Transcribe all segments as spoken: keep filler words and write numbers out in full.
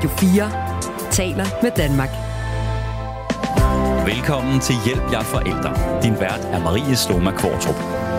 Radio fire taler med Danmark. Velkommen til Hjælp jer forældre. Din vært er Marie Sloma Kvartrup.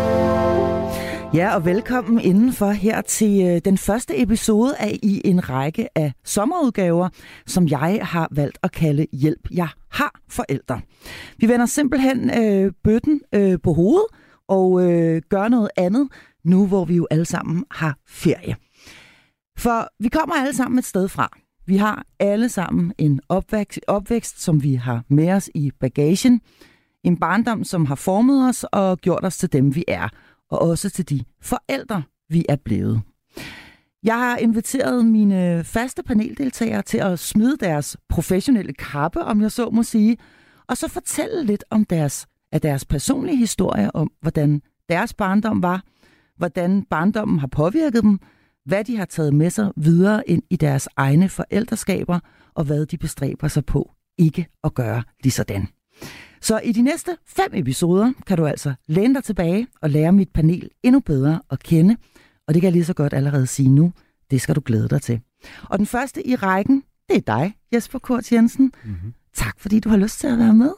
Ja, og velkommen indenfor her til den første episode af i en række af sommerudgaver, som jeg har valgt at kalde Hjælp jeg har forældre. Vi vender simpelthen øh, bøtten øh, på hovedet og øh, gør noget andet, nu hvor vi jo alle sammen har ferie. For vi kommer alle sammen et sted fra. Vi har alle sammen en opvækst, opvækst, som vi har med os i bagagen. En barndom, som har formet os og gjort os til dem, vi er. Og også til de forældre, vi er blevet. Jeg har inviteret mine faste paneldeltagere til at smide deres professionelle kappe, om jeg så må sige, og så fortælle lidt om deres, af deres personlige historie om, hvordan deres barndom var, hvordan barndommen har påvirket dem, hvad de har taget med sig videre ind i deres egne forældreskaber, og hvad de bestræber sig på ikke at gøre lige sådan. Så i de næste fem episoder kan du altså læne dig tilbage og lære mit panel endnu bedre at kende, og det kan jeg lige så godt allerede sige nu, det skal du glæde dig til. Og den første i rækken, det er dig, Jesper Kort Jensen. Mm-hmm. Tak fordi du har lyst til at være med.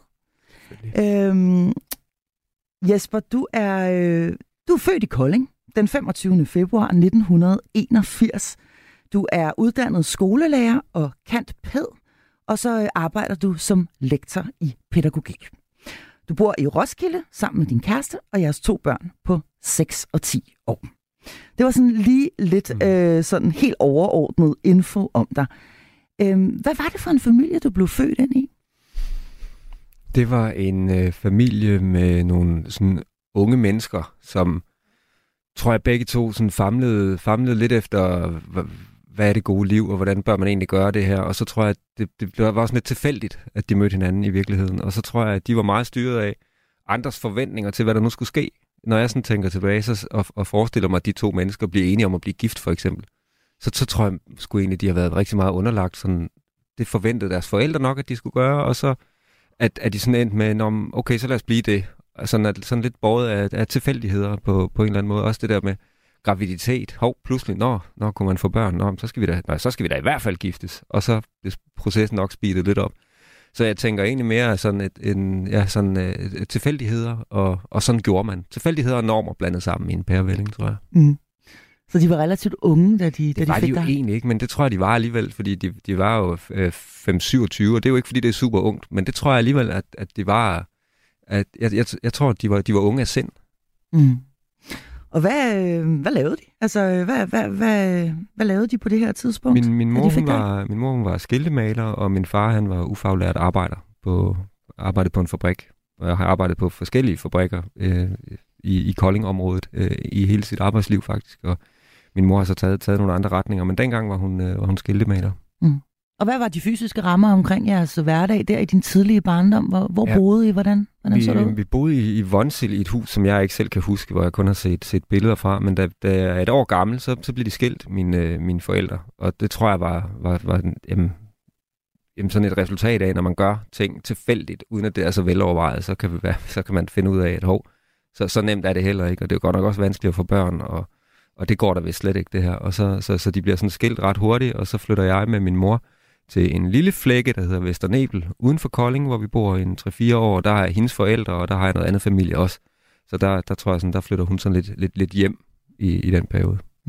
Øhm, Jesper, du er, øh, du er født i Kolding den femogtyvende februar nitten enogfirs. Du er uddannet skolelærer og cand.pæd, og så arbejder du som lektor i pædagogik. Du bor i Roskilde sammen med din kæreste og jeres to børn på seks og ti år. Det var sådan lige lidt mm. øh, sådan helt overordnet info om dig. Øhm, hvad var det for en familie, du blev født ind i? Det var en øh, familie med nogle sådan unge mennesker, som tror jeg begge to sådan famlede, famlede lidt efter, hvad er det gode liv, og hvordan bør man egentlig gøre det her. Og så tror jeg, at det, det var også lidt tilfældigt, at de mødte hinanden i virkeligheden. Og så tror jeg, at de var meget styret af andres forventninger til, hvad der nu skulle ske. Når jeg sådan tænker tilbage så, og, og forestiller mig, at de to mennesker bliver enige om at blive gift, for eksempel, så, så tror jeg sgu egentlig, at de har været rigtig meget underlagt. Sådan, det forventede deres forældre nok, at de skulle gøre, og så at, at de sådan endte med, okay, så lad os blive det. Sådan, at, sådan lidt båret af, af tilfældigheder på, på en eller anden måde. Også det der med graviditet. Hov, pludselig, når, når kunne man få børn? Nå, så skal vi da, nej, så skal vi da i hvert fald giftes. Og så er processen nok speedet lidt op. Så jeg tænker egentlig mere sådan et, en, ja, sådan, et, tilfældigheder, og, og sådan gjorde man. Tilfældigheder og normer blandet sammen i en pærevælling, tror jeg. Mm. Så de var relativt unge, da de, da det de fik fik de jo dig? egentlig ikke, men det tror jeg, de var alligevel, fordi de, de var jo fem syvogtyve, og det er jo ikke, fordi det er super ungt, men det tror jeg alligevel, at, at de var, at jeg, jeg, jeg tror, at de var, de var unge af sind. Mm. Og hvad, hvad lavede de? Altså, hvad, hvad, hvad, hvad lavede de på det her tidspunkt? Min, min, mor, hun var, min mor hun var skiltemaler, og min far han var ufaglært arbejder på, arbejdede på en fabrik. Og jeg har arbejdet på forskellige fabrikker øh, i, i Kolding-området øh, i hele sit arbejdsliv faktisk. Og min mor har så taget, taget nogle andre retninger, men dengang var hun, øh, var hun skiltemaler. Mm. Og hvad var de fysiske rammer omkring jeres hverdag der i din tidlige barndom? Hvor, hvor ja. boede I? Hvordan, hvordan vi, så det ud? Vi boede i, i Vonsild i et hus, som jeg ikke selv kan huske, hvor jeg kun har set, set billeder fra. Men da, da jeg er et år gammel, så, så blev de skilt, mine, mine forældre. Og det tror jeg var, var, var jamen, jamen sådan et resultat af, når man gør ting tilfældigt, uden at det er så velovervejet, så kan, vi være, så kan man finde ud af, at hov, så, så nemt er det heller ikke. Og det er godt nok også vanskeligt at få børn, og, og det går der vist slet ikke, det her. Og så, så, så de bliver sådan skilt ret hurtigt, og så flytter jeg med min mor til en lille flække, der hedder Vesternebel, uden for Kolding, hvor vi bor i en tre fire år. Der er hendes forældre, og der har jeg noget andet familie også. Så der, der tror jeg, sådan, der flytter hun sådan lidt, lidt, lidt hjem i, i den periode. Mm.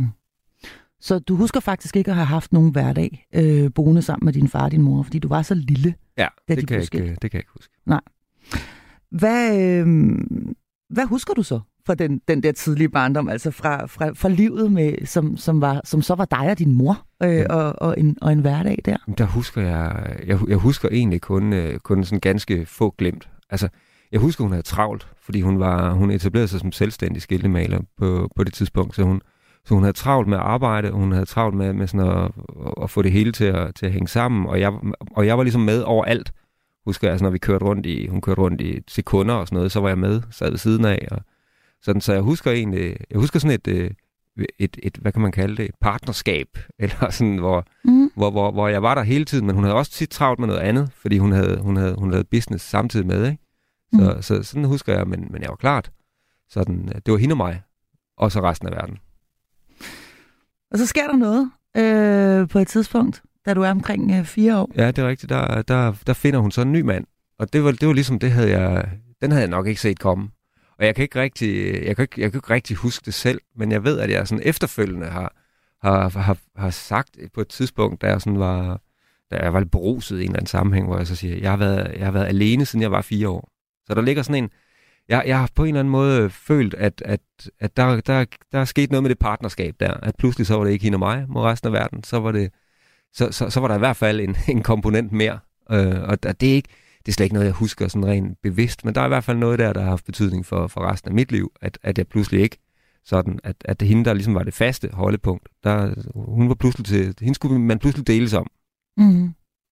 Så du husker faktisk ikke at have haft nogen hverdag øh, boende sammen med din far og din mor, fordi du var så lille, ja, da det de kan blev jeg ikke, det kan jeg ikke huske. Nej. Hvad, øh, hvad husker du så fra den, den der tidlige barndom, altså fra, fra, fra livet, med, som, som, var, som så var dig og din mor, øh, ja. og, og, en, og en hverdag der? Der husker jeg, jeg, jeg husker egentlig kun, kun sådan ganske få glemt. Altså, jeg husker, hun havde travlt, fordi hun, var, hun etablerede sig som selvstændig skiltemaler på, på det tidspunkt, så hun, så hun havde travlt med at arbejde, og hun havde travlt med, med sådan at, at få det hele til at, til at hænge sammen, og jeg, og jeg var ligesom med overalt. Husker jeg, altså, når vi kørte rundt i, hun kørte rundt i sekunder og sådan noget, så var jeg med, sad ved siden af, og sådan, så jeg husker egentlig, jeg husker sådan et, et, et, et hvad kan man kalde det, et partnerskab, eller sådan, hvor, mm. hvor, hvor, hvor jeg var der hele tiden, men hun havde også tit travlt med noget andet, fordi hun havde, hun havde, hun havde business samtidig med, ikke? Så, mm. så sådan husker jeg, men, men jeg var klart, sådan, det var hende og mig, og så resten af verden. Og så sker der noget øh, på et tidspunkt, da du er omkring øh, fire år. Ja, det er rigtigt. Der, der, der finder hun så en ny mand. Og det var, det var ligesom, det havde jeg, den havde jeg nok ikke set komme. Og jeg kan ikke rigtig, jeg kan ikke, jeg kan ikke rigtig huske det selv, men jeg ved, at jeg sådan efterfølgende har, har, har, har sagt på et tidspunkt, da jeg sådan var, da jeg var lidt beruset i en eller anden sammenhæng, hvor jeg så siger, jeg har været, jeg har været alene, siden jeg var fire år. Så der ligger sådan en, jeg, jeg har på en eller anden måde følt, at, at, at der, der, der er sket noget med det partnerskab der, at pludselig så var det ikke hende og mig mod resten af verden, så var det, så, så, så var der i hvert fald en, en komponent mere, øh, og det er ikke, det er slet ikke noget, jeg husker sådan rent bevidst, men der er i hvert fald noget der, der har haft betydning for, for resten af mit liv, at, at jeg pludselig ikke sådan, at, at det hende, der ligesom var det faste holdepunkt, der, hun var pludselig til, hende skulle man pludselig deles om. Mm.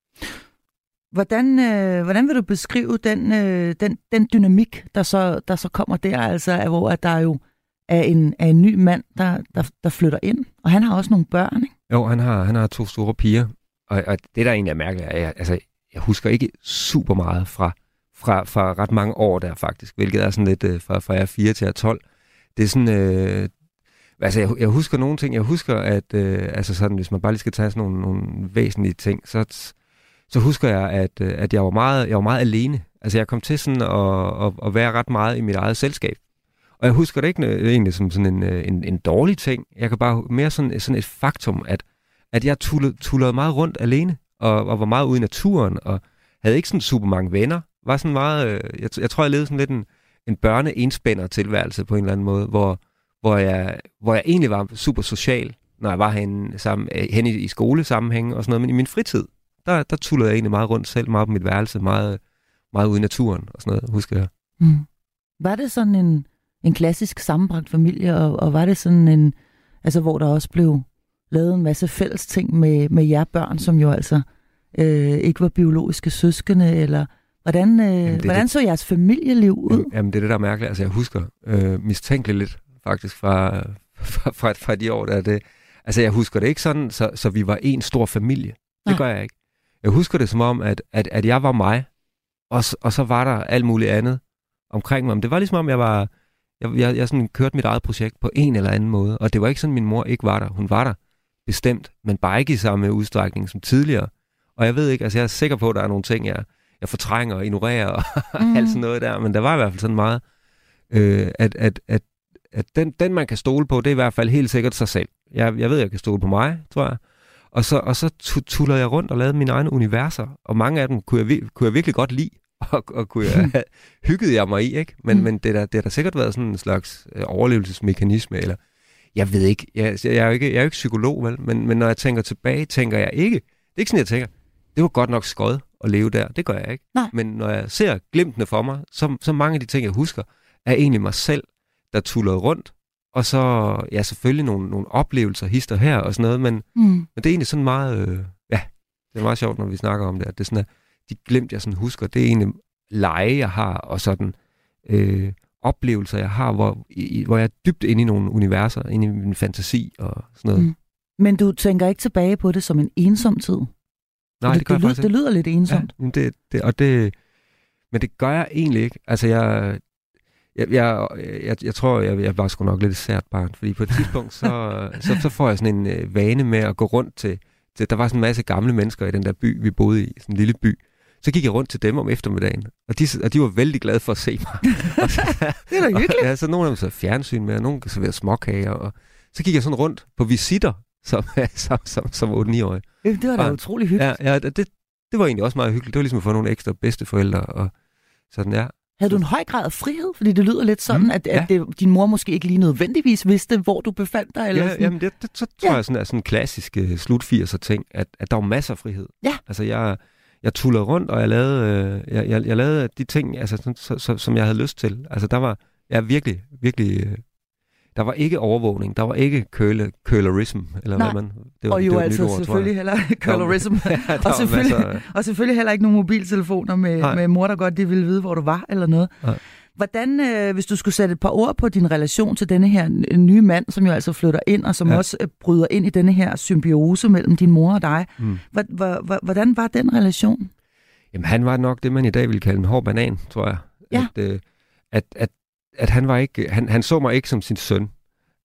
Hvordan, øh, hvordan vil du beskrive den, øh, den, den dynamik, der så, der så kommer der, altså hvor at der jo er en, er en ny mand, der, der, der flytter ind, og han har også nogle børn, ikke? Jo, han har, han har to store piger, og, og det der egentlig er mærkeligt, er, jeg, altså, jeg husker ikke super meget fra, fra, fra ret mange år der faktisk, hvilket er sådan lidt øh, fra, fra jeg er fire til jeg er tolv. Det er sådan, øh, altså jeg, jeg husker nogle ting, jeg husker, at øh, altså sådan, hvis man bare lige skal tage sådan nogle, nogle væsentlige ting, så, så husker jeg, at, at jeg, var meget, jeg var meget alene. Altså jeg kom til sådan at, at, at være ret meget i mit eget selskab. Og jeg husker det ikke egentlig som sådan en, en, en dårlig ting. Jeg kan bare mere sådan, sådan et faktum, at, at jeg tullede, tullede meget rundt alene, og, og var meget ude i naturen, og havde ikke sådan super mange venner. Var sådan meget, jeg, jeg tror, jeg levede sådan lidt en, en børne-enspænder tilværelse på en eller anden måde, hvor, hvor, jeg, hvor jeg egentlig var super social, når jeg var henne, sammen, henne i, i skolesammenhæng og sådan noget. Men i min fritid, der, der tullede jeg egentlig meget rundt selv, meget på mit værelse, meget, meget ude i naturen og sådan noget, husker jeg. Mm. Var det sådan en, en klassisk sammenbragt familie, og, og var det sådan en, altså hvor der også blev lavet en masse fælles ting med, med jer børn, som jo altså øh, ikke var biologiske søskende, eller hvordan, øh, jamen, hvordan det, så jeres familieliv ud? Jamen, jamen det er det, der er mærkeligt. Altså jeg husker øh, mistænkeligt lidt faktisk fra, fra, fra, fra de år, der er det. Altså jeg husker det ikke sådan, så, så vi var en stor familie. Det Nej. gør jeg ikke. Jeg husker det som om, at, at, at jeg var mig, og, og så var der alt muligt andet omkring mig. Men det var ligesom om, jeg var, jeg, jeg, jeg sådan kørte mit eget projekt på en eller anden måde, og det var ikke sådan, min mor ikke var der. Hun var der bestemt, men bare ikke i samme udstrækning som tidligere. Og jeg ved ikke, altså jeg er sikker på, at der er nogle ting, jeg, jeg fortrænger og ignorerer og mm. alt sådan noget der, men der var i hvert fald sådan meget, øh, at, at, at, at den, den, man kan stole på, det er i hvert fald helt sikkert sig selv. Jeg, jeg ved, jeg kan stole på mig, tror jeg. Og så, og så tullede jeg rundt og lavede mine egne universer, og mange af dem kunne jeg, kunne jeg virkelig godt lide, og, og kunne jeg, hyggede jeg mig i, ikke? Men, mm. men det har der, der sikkert været sådan en slags øh, overlevelsesmekanisme, eller jeg ved ikke, jeg, jeg, er jo ikke, jeg er jo ikke psykolog, vel? Men, men når jeg tænker tilbage, tænker jeg ikke, det er ikke sådan, jeg tænker, det var godt nok skød at leve der, det gør jeg ikke. Nej. Men når jeg ser glimtene for mig, så, så mange af de ting, jeg husker, er egentlig mig selv, der tullede rundt, og så, ja, selvfølgelig nogle, nogle oplevelser, hister her og sådan noget, men, mm. men det er egentlig sådan meget, øh, ja, det er meget sjovt, når vi snakker om det, at det er sådan, at de glimt, jeg sådan husker, det er egentlig lege, jeg har, og sådan øh, oplevelser, jeg har, hvor, i, hvor jeg er dybt inde i nogle universer, inde i min fantasi og sådan noget. Mm. Men du tænker ikke tilbage på det som en ensom tid? Nej, det, det gør det, jeg faktisk det lyder lidt ensomt. Ja, det, det, og det, men det gør jeg egentlig ikke. Altså, jeg... Jeg, jeg, jeg, jeg tror, jeg, jeg var sgu nok lidt et sært barn, fordi på et tidspunkt, så, så, så får jeg sådan en øh, vane med at gå rundt til, til, der var sådan en masse gamle mennesker i den der by, vi boede i, sådan en lille by. Så gik jeg rundt til dem om eftermiddagen, og de, og de var vældig glade for at se mig. Og så, det er da hyggeligt. Og, ja, så nogle af dem så fjernsyn med, og nogle kan servere småkager, og så gik jeg sådan rundt på visitter, som, som, som, som otte-ni-årig. Det var da og, utrolig hyggeligt. Ja, ja det, det var egentlig også meget hyggeligt. Det var ligesom at få nogle ekstra bedsteforældre, og sådan, ja. Havde du en høj grad af frihed? Fordi det lyder lidt sådan, mm, at, at ja. det, din mor måske ikke lige nødvendigvis vidste, hvor du befandt dig. Eller ja, sådan. Jamen det, det så tror ja. jeg sådan, er sådan en klassisk uh, slut firser ting, at, at der var masser af frihed. Ja. Altså jeg, jeg tullede rundt, og jeg lavede, uh, jeg, jeg, jeg lavede de ting, altså, sådan, så, så, som jeg havde lyst til. Altså der var ja, virkelig, virkelig... Uh, der var ikke overvågning, der var ikke curl, curlerism, eller Nej. hvad man... Det var, og jo det var altså ord, selvfølgelig heller curlerism, ja, og, selvfølgelig, og selvfølgelig heller ikke nogen mobiltelefoner med, med mor, der godt de ville vide, hvor du var, eller noget. Nej. Hvordan, øh, hvis du skulle sætte et par ord på din relation til denne her nye mand, som jo altså flytter ind, og som ja. også øh, bryder ind i denne her symbiose mellem din mor og dig, mm. hvordan var den relation? Jamen, han var nok det, man i dag ville kalde en hård banan, tror jeg. Ja. At, øh, at, at, at han var ikke, han, han så mig ikke som sin søn.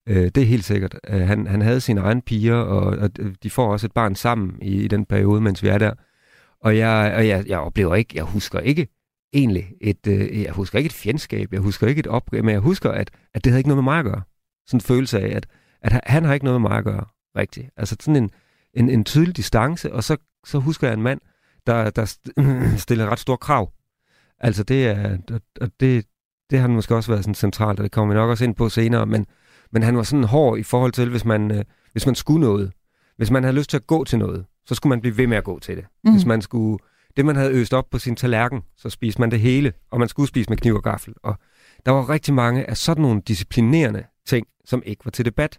Øh, det er helt sikkert. Øh, han, han havde sine egne piger, og, og de får også et barn sammen i, i den periode, mens vi er der. Og jeg, og jeg, jeg oplever ikke, jeg husker ikke egentlig et, øh, jeg husker ikke et fjendskab, jeg husker ikke et opgave, men jeg husker, at, at det havde ikke noget med mig at gøre. Sådan en følelse af, at, at han har ikke noget med mig at gøre, rigtigt. Altså sådan en, en, en tydelig distance, og så, så husker jeg en mand, der, der stiller ret store krav. Altså det er, og det, det har måske også været sådan centralt, og det kommer vi nok også ind på senere, men, men han var sådan hård i forhold til, hvis man, øh, hvis man skulle noget. Hvis man havde lyst til at gå til noget, så skulle man blive ved med at gå til det. Mm. Hvis man skulle, det man havde øst op på sin tallerken, så spiste man det hele, og man skulle spise med kniv og gaffel. Og der var rigtig mange af sådan nogle disciplinerende ting, som ikke var til debat.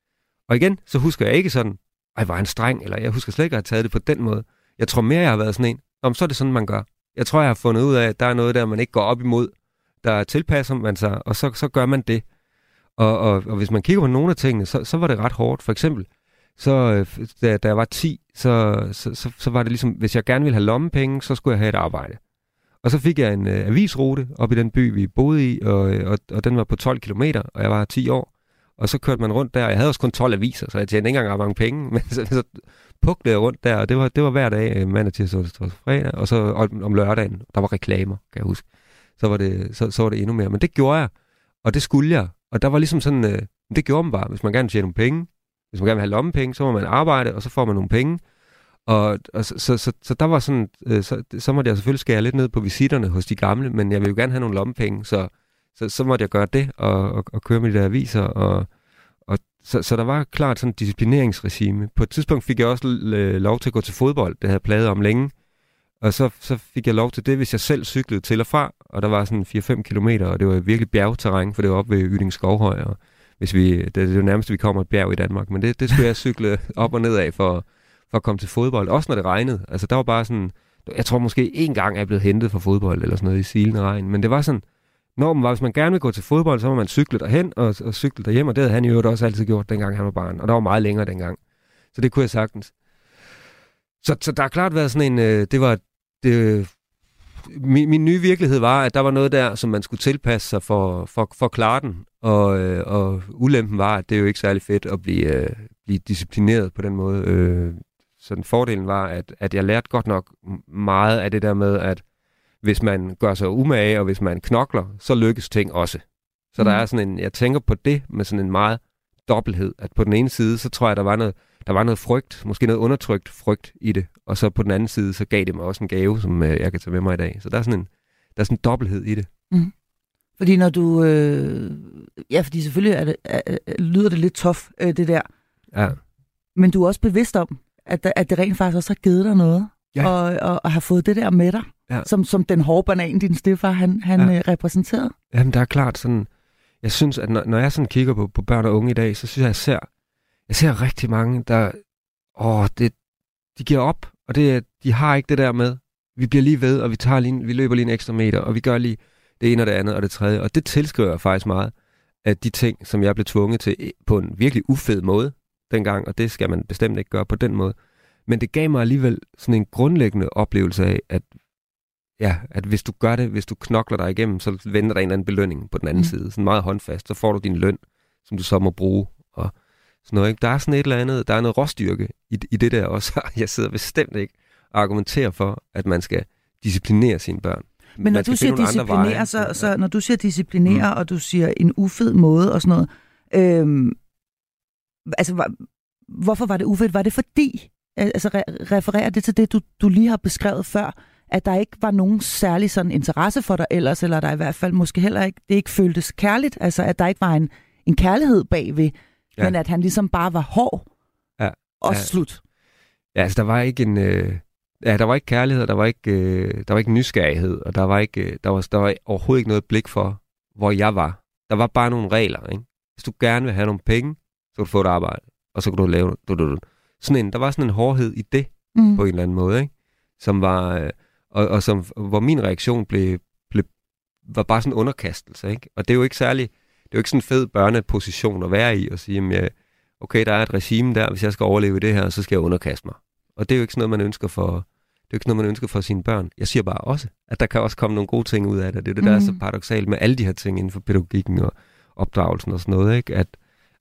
Og igen, så husker jeg ikke sådan, ej, var han streng, eller jeg husker slet ikke at have taget det på den måde. Jeg tror mere, jeg har været sådan en, om så er det sådan, man gør. Jeg tror, jeg har fundet ud af, at der er noget der, man ikke går op imod. Der tilpasser man sig, og så, så gør man det. Og, og, og hvis man kigger på nogle af tingene, så, så var det ret hårdt. For eksempel, så da, da jeg var ti, så, så, så, så var det ligesom, hvis jeg gerne ville have lommepenge, så skulle jeg have et arbejde. Og så fik jeg en øh, avisrute op i den by, vi boede i, og, og, og den var på tolv kilometer, og jeg var ti år. Og så kørte man rundt der, og jeg havde også kun tolv aviser, så jeg tjente ikke engang mange penge, men så, så puklede jeg rundt der, og det var, det var hver dag, mandag til så fredag, og så om, om lørdagen, der var reklamer, kan jeg huske. Så var, det, så, så var det endnu mere, men det gjorde jeg, og det skulle jeg. Og der var ligesom sådan, øh, det gjorde man bare, hvis man gerne vil tjene nogle penge, hvis man gerne vil have lommepenge, så må man arbejde, og så får man nogle penge. Og, og så, så, så, så der var sådan, øh, så, så måtte jeg selvfølgelig skære lidt ned på visitterne hos de gamle, men jeg ville jo gerne have nogle lommepenge, så, så, så måtte jeg gøre det, og, og, og køre med de der aviser, og, og så, så der var klart sådan et disciplineringsregime. På et tidspunkt fik jeg også øh, lov til at gå til fodbold, det havde jeg plaget om længe, og så, så fik jeg lov til det, hvis jeg selv cyklede til og fra, og der var sådan fire til fem kilometer, og det var virkelig bjergterræn, for det var oppe ved Yding Skovhøj, og hvis vi, det, det er jo nærmest, vi kommer et bjerg i Danmark, men det, det skulle jeg cykle op og ned af for, for at komme til fodbold, også når det regnede. Altså der var bare sådan, jeg tror måske en gang er jeg blevet hentet fra fodbold, eller sådan noget i silende regn, men det var sådan, når man var, hvis man gerne vil gå til fodbold, så må man cykle derhen og, og cykle derhjem, og det havde han jo også altid gjort, dengang han var barn, og der var meget længere dengang. Så det kunne jeg sagtens. Så, så der har klart været sådan en, øh, det var, det, min, min nye virkelighed var, at der var noget der, som man skulle tilpasse sig for, for, for at klare den, og, øh, og ulempen var, at det er jo ikke særlig fedt at blive, øh, blive disciplineret på den måde. Øh, så den fordelen var, at, at jeg lærte godt nok meget af det der med, at hvis man gør sig umage, og hvis man knokler, så lykkes ting også. Så mm. der er sådan en, jeg tænker på det med sådan en meget dobbelthed, at på den ene side, så tror jeg, der var noget, der var noget frygt, måske noget undertrykt frygt i det, og så på den anden side, så gav det mig også en gave, som øh, jeg kan tage med mig i dag. Så der er sådan en, der er sådan en dobbelthed i det. Mm. Fordi når du, øh, ja, fordi selvfølgelig er det, er, lyder det lidt tof, øh, det der, ja. Men du er også bevidst om, at, at det rent faktisk også har givet dig noget, ja. og, og, og har fået det der med dig, ja. som, som den hårde banan, din stedfar, han, han ja. øh, repræsenterede. Jamen, der er klart sådan, jeg synes, at når, når jeg sådan kigger på, på børn og unge i dag, så synes jeg, jeg ser, jeg ser rigtig mange, der, åh, det, de giver op, og det, de har ikke det der med, vi bliver lige ved, og vi, tager lige, vi løber lige en ekstra meter, og vi gør lige det ene og det andet og det tredje, og det tilskriver jeg faktisk meget af de ting, som jeg blev tvunget til på en virkelig ufed måde dengang, og det skal man bestemt ikke gøre på den måde. Men det gav mig alligevel sådan en grundlæggende oplevelse af, at, ja, at hvis du gør det, hvis du knokler dig igennem, så venter der en eller anden belønning på den anden mm. side, sådan meget håndfast, så får du din løn, som du så må bruge, og sådan noget, ikke? Der er sådan et eller andet, der er noget råstyrke i, i det der også. Jeg sidder bestemt ikke og argumenterer for, at man skal disciplinere sine børn. Men når du siger disciplinere, så, så når du siger disciplinere, mm. og du siger en ufed måde og sådan noget, øhm, altså var, hvorfor var det ufedt? Var det fordi, altså re- refererer det til det, du, du lige har beskrevet før, at der ikke var nogen særlig sådan interesse for dig ellers, eller der i hvert fald måske heller ikke, det ikke føltes kærligt, altså at der ikke var en, en kærlighed bagved, ja. Men at han ligesom bare var hård ja. og ja. slut. Ja, altså der var ikke en... Øh... Ja, der var ikke kærlighed, der var ikke, øh, der var ikke nysgerrighed, og der var, ikke, øh, der, var, der var overhovedet ikke noget blik for, hvor jeg var. Der var bare nogle regler, ikke? Hvis du gerne vil have nogle penge, så kan du få et arbejde, og så kan du lave du, du, du. Sådan en, der var sådan en hårdhed i det, mm. på en eller anden måde, ikke? Som var, øh, og, og som, hvor min reaktion blev, blev, var bare sådan en underkastelse, ikke? Og det er jo ikke særlig, det er jo ikke sådan en fed børneposition at være i, og sige, jamen, okay, der er et regime der, hvis jeg skal overleve i det her, så skal jeg underkaste mig. Og det er jo ikke sådan noget, man ønsker for, det er jo ikke noget, man ønsker for sine børn. Jeg siger bare også, at der kan også komme nogle gode ting ud af det. Det er det, der mm. er så paradoksalt med alle de her ting inden for pædagogikken og opdragelsen og sådan noget, ikke? At, at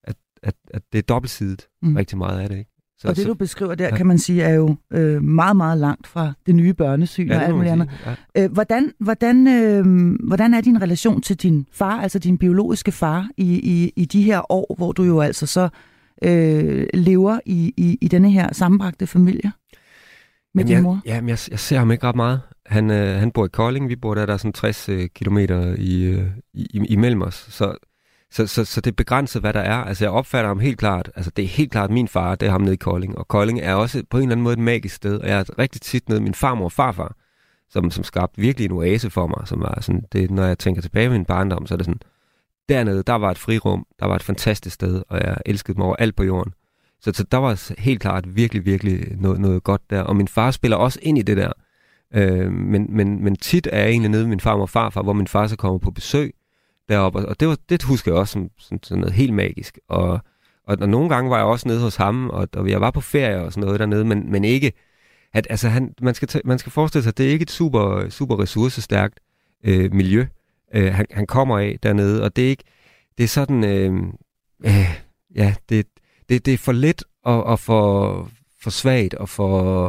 at, at det er dobbeltsidigt mm. rigtig meget af det, ikke? Så, og det, så, du beskriver der, ja. kan man sige, er jo øh, meget, meget langt fra det nye børnesyn ja, og alt muligt andet. Ja. Øh, hvordan, hvordan, øh, hvordan er din relation til din far, altså din biologiske far, i, i, i de her år, hvor du jo altså så øh, lever i, i, i denne her sammenbragte familie med jamen, din jeg, mor? Jamen, jeg, jeg ser ham ikke ret meget. Han, øh, han bor i Kolding, vi bor der, der er sådan tres øh, kilometer i, øh, i, imellem os, så Så, så, så det er begrænset, hvad der er. Altså, jeg opfatter ham helt klart. Altså, det er helt klart min far, det er ham nede i Kolding. Og Kolding er også på en eller anden måde et magisk sted. Og jeg er rigtig tit nede min farmor og farfar, som, som skabte virkelig en oase for mig. Som var sådan, det, når jeg tænker tilbage på min barndom, så er det sådan, dernede, der var et frirum, der var et fantastisk sted, og jeg elskede mig over alt på jorden. Så, så der var helt klart virkelig, virkelig noget, noget godt der. Og min far spiller også ind i det der. Øh, men, men, men tit er jeg egentlig nede med min farmor og farfar, hvor min far så kommer på besøg deroppe, og det, var, det husker jeg også som, som, som noget helt magisk. Og, og, og nogle gange var jeg også nede hos ham, og, og jeg var på ferie og sådan noget dernede, men, men ikke, at altså han, man, skal t- man skal forestille sig, at det er ikke et super, super ressourcestærkt øh, miljø, øh, han, han kommer af dernede, og det er ikke, det er sådan, øh, øh, ja, det, det, det er for lidt og, og for, for svagt og for,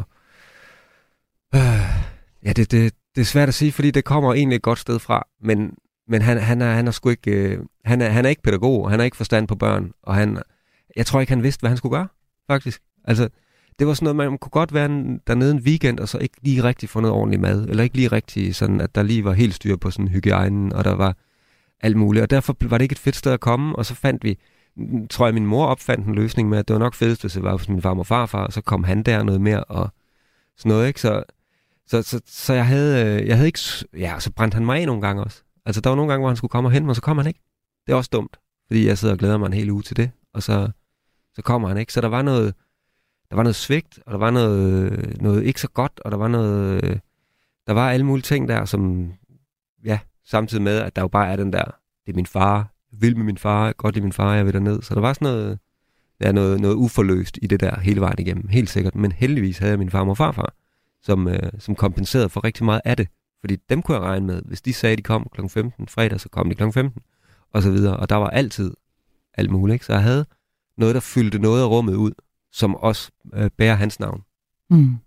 øh, ja, det, det, det er svært at sige, fordi det kommer egentlig et godt sted fra, men Men han, han, er, han er sgu ikke, øh, han, er, han er ikke pædagog, han har ikke forstand på børn, og han, jeg tror ikke, han vidste, hvad han skulle gøre, faktisk. Altså, det var sådan noget, man kunne godt være en, dernede en weekend, og så ikke lige rigtig få noget ordentligt mad, eller ikke lige rigtig sådan, at der lige var helt styr på sådan hygiejnen, og der var alt muligt, og derfor var det ikke et fedt sted at komme, og så fandt vi, tror jeg, min mor opfandt en løsning med, at det var nok fedest, hvis det var hos min farmor og farfar, og så kom han der noget mere, og sådan noget, ikke? Så, så, så, så jeg havde, jeg havde ikke, ja, så brændte han mig af nogle gange også. Altså, der var nogle gange, hvor han skulle komme og hente mig, så kom han ikke. Det er også dumt, fordi jeg sidder og glæder mig en hel uge til det, og så, så kommer han ikke. Så der var noget, der var noget svigt, og der var noget, noget ikke så godt, og der var noget, der var alle mulige ting der, som, ja, samtidig med, at der jo bare er den der, det er min far, jeg vil med min far, jeg godt lide min far, jeg vil derned. Så der var sådan noget, ja, noget, noget uforløst i det der hele vejen igennem, helt sikkert. Men heldigvis havde jeg min farmor og farfar, som, øh, som kompenserede for rigtig meget af det. Fordi dem kunne jeg regne med. Hvis de sagde, at de kom klokken femten fredag, så kom de klokken femten, og så videre. Og der var altid alt muligt, ikke? Så jeg havde noget, der fyldte noget af rummet ud, som også øh, bærer hans navn. Mm.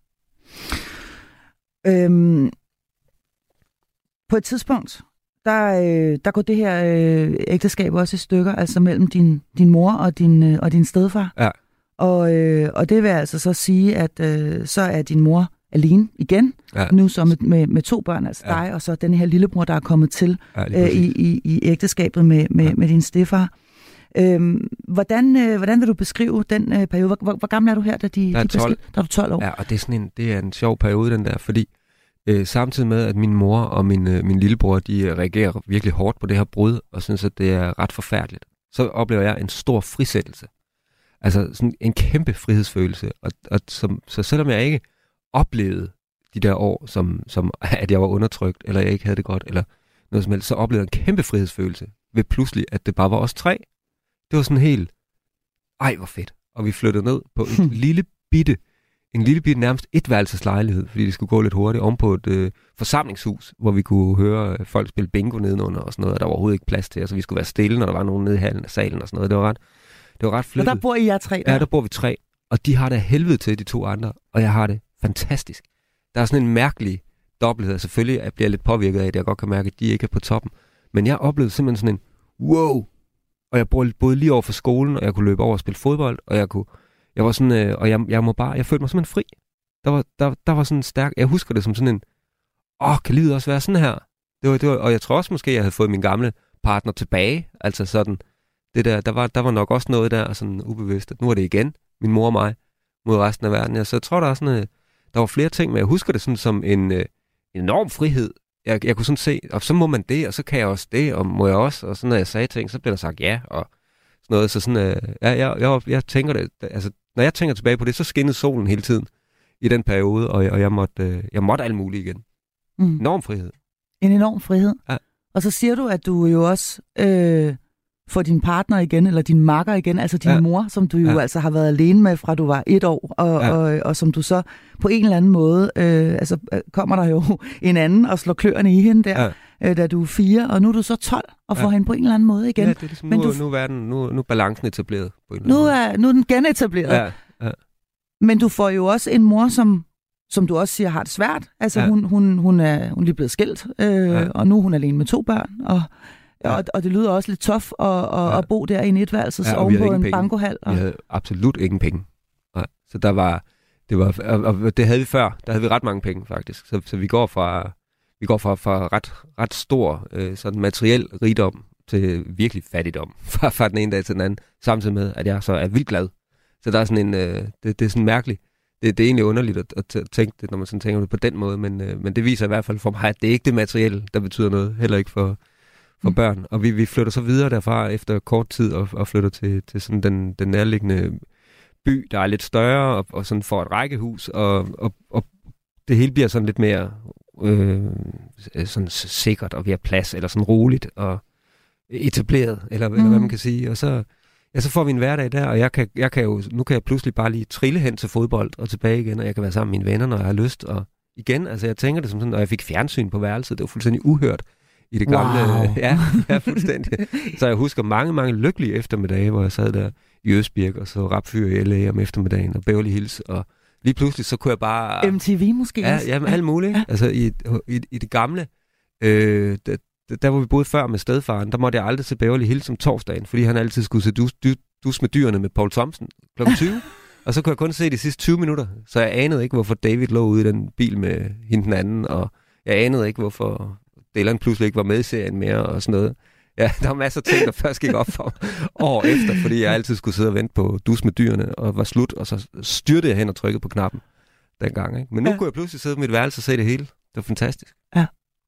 Øhm, på et tidspunkt, der, øh, der går det her øh, ægteskab også i stykker, altså mellem din, din mor og din, øh, og din stedfar. Ja. Og, øh, og det vil altså så sige, at øh, så er din mor alene igen, ja. Nu så med, med, med to børn, altså ja. Dig, og så den her lillebror, der er kommet til ja, øh, i, i, i ægteskabet med, med, ja. med din stedfar. Øhm, hvordan, øh, hvordan vil du beskrive den øh, periode? Hvor, hvor, hvor gammel er du her, da de, der er de tolv. Beskri- der er du tolv år? Ja, og det er, sådan en, det er en sjov periode, den der, fordi øh, samtidig med, at min mor og min, øh, min lillebror, de reagerer virkelig hårdt på det her brud, og synes, at det er ret forfærdeligt, så oplever jeg en stor frisættelse. Altså sådan en kæmpe frihedsfølelse. Og, og som, så selvom jeg ikke oplevede de der år, som, som at jeg var undertrykt, eller jeg ikke havde det godt, eller noget som helst, så oplevede jeg en kæmpe frihedsfølelse ved pludselig, at det bare var os tre. Det var sådan helt, ej hvor fedt. Og vi flyttede ned på et hmm. lille bitte, en lille bitte nærmest etværelseslejlighed, fordi det skulle gå lidt hurtigt, om på et øh, forsamlingshus, hvor vi kunne høre folk spille bingo nedenunder og sådan noget, og der var overhovedet ikke plads til, så vi skulle være stille, når der var nogen nede i hallen af salen og sådan noget. Det var ret, det var ret flyttet. Og der bor I jer tre? Der. Ja, der bor vi tre. Og de har det helvede til, de to andre, og jeg har det fantastisk. Der er sådan en mærkelig dobbelthed. Selvfølgelig jeg bliver lidt påvirket af det, jeg godt kan mærke, at de ikke er på toppen. Men jeg oplevede simpelthen sådan en, wow! Og jeg boede lige over for skolen, og jeg kunne løbe over og spille fodbold, og jeg kunne, jeg var sådan, øh, og jeg, jeg må bare, jeg følte mig simpelthen fri. Der var, der, der var sådan en stærk, jeg husker det som sådan en, åh, kan livet også være sådan her? Det var, det var, og jeg tror også måske, jeg havde fået min gamle partner tilbage, altså sådan, det der, der var, der var nok også noget der, sådan ubevidst, at nu er det igen, min mor og mig, mod resten af verden. Ja, så jeg tror, der er sådan, øh, der var flere ting, men jeg husker det sådan som en øh, enorm frihed. Jeg, jeg kunne sådan se, og så må man det, og så kan jeg også det, og må jeg også, og sådan når jeg sagde ting, så blev der sagt ja, og sådan noget, så sådan, øh, jeg, jeg, jeg, jeg tænker det, altså, når jeg tænker tilbage på det, så skinnede solen hele tiden i den periode, og jeg, og jeg måtte, øh, jeg måtte alt muligt igen. Mm. Enorm frihed. En enorm frihed. Ja. Og så siger du, at du jo også øh, får din partner igen, eller din makker igen, altså din ja. mor, som du jo ja. altså har været alene med, fra du var et år, og, ja. og, og, og som du så på en eller anden måde, øh, altså kommer der jo en anden og slår kløerne i hende der. øh, da du er fire, og nu er du så tolv, og får ja. hende på en eller anden måde igen. Ja, det er ligesom, Men nu, du, nu, er den, nu, nu er balancen etableret på en eller nu anden er, nu er den genetableret. Ja, ja. Men du får jo også en mor, som, som du også siger, har det svært. Altså, ja. hun, hun, hun, er, hun er lige blevet skilt, øh, ja. og nu er hun alene med to børn, og, ja. og, og det lyder også lidt tough at, at, ja. at bo der i en etværelses ja, oven på en bankohal. Og... Vi havde absolut ingen penge. Nej. Så der var, det var, og det havde vi før. Der havde vi ret mange penge, faktisk. Så, så vi går fra, vi går fra, fra ret, ret stor øh, sådan materiel rigdom til virkelig fattigdom fra, fra den ene dag til den anden, samtidig med, at jeg så er vildt glad. Så der er sådan en, øh, det, det er sådan mærkeligt. Det, det er egentlig underligt at, at tænke det, når man sådan tænker det på den måde, men, øh, men det viser i hvert fald for mig, at det er ikke det materielle, der betyder noget, heller ikke for, for mm. børn. Og vi, vi flytter så videre derfra efter kort tid og, og flytter til, til sådan den, den nærliggende by, der er lidt større og, og sådan får et rækkehus, og, og, og det hele bliver sådan lidt mere øh, sådan sikkert, og vi har plads, eller sådan roligt og etableret, eller, mm. eller hvad man kan sige. Og så, ja, så får vi en hverdag der, og jeg kan, jeg kan jo, nu kan jeg pludselig bare lige trille hen til fodbold og tilbage igen, og jeg kan være sammen med mine venner, når jeg har lyst. Og igen, altså jeg tænker det som sådan, når jeg fik fjernsyn på værelset, det var fuldstændig uhørt i det gamle. Wow. Ja, ja, fuldstændig. Så jeg husker mange, mange lykkelige eftermiddage, hvor jeg sad der i Østbirk og så Rapfyr i L A om eftermiddagen og Beverly Hills, og lige pludselig så kunne jeg bare... M T V måske ja, også? Ja, alt muligt. Ja. Altså i, i, i det gamle, øh, der, der hvor vi boede før med stedfaren, der måtte jeg aldrig se Beverly Hills om torsdagen, fordi han altid skulle se dus, dus, dus med dyrene med Paul Thompson klokken tyve. Og så kunne jeg kun se de sidste tyve minutter, så jeg anede ikke, hvorfor David lå ude i den bil med hende den anden, og jeg anede ikke, hvorfor Dylan pludselig ikke var med i serien mere og sådan noget. Ja, der var masser af ting, der først gik op for år efter, fordi jeg altid skulle sidde og vente på dus med dyrene, og var slut, og så styrte jeg hen og trykkede på knappen dengang. Ikke? Men nu ja. kunne jeg pludselig sidde på mit værelse og se det hele. Det var fantastisk. Ja.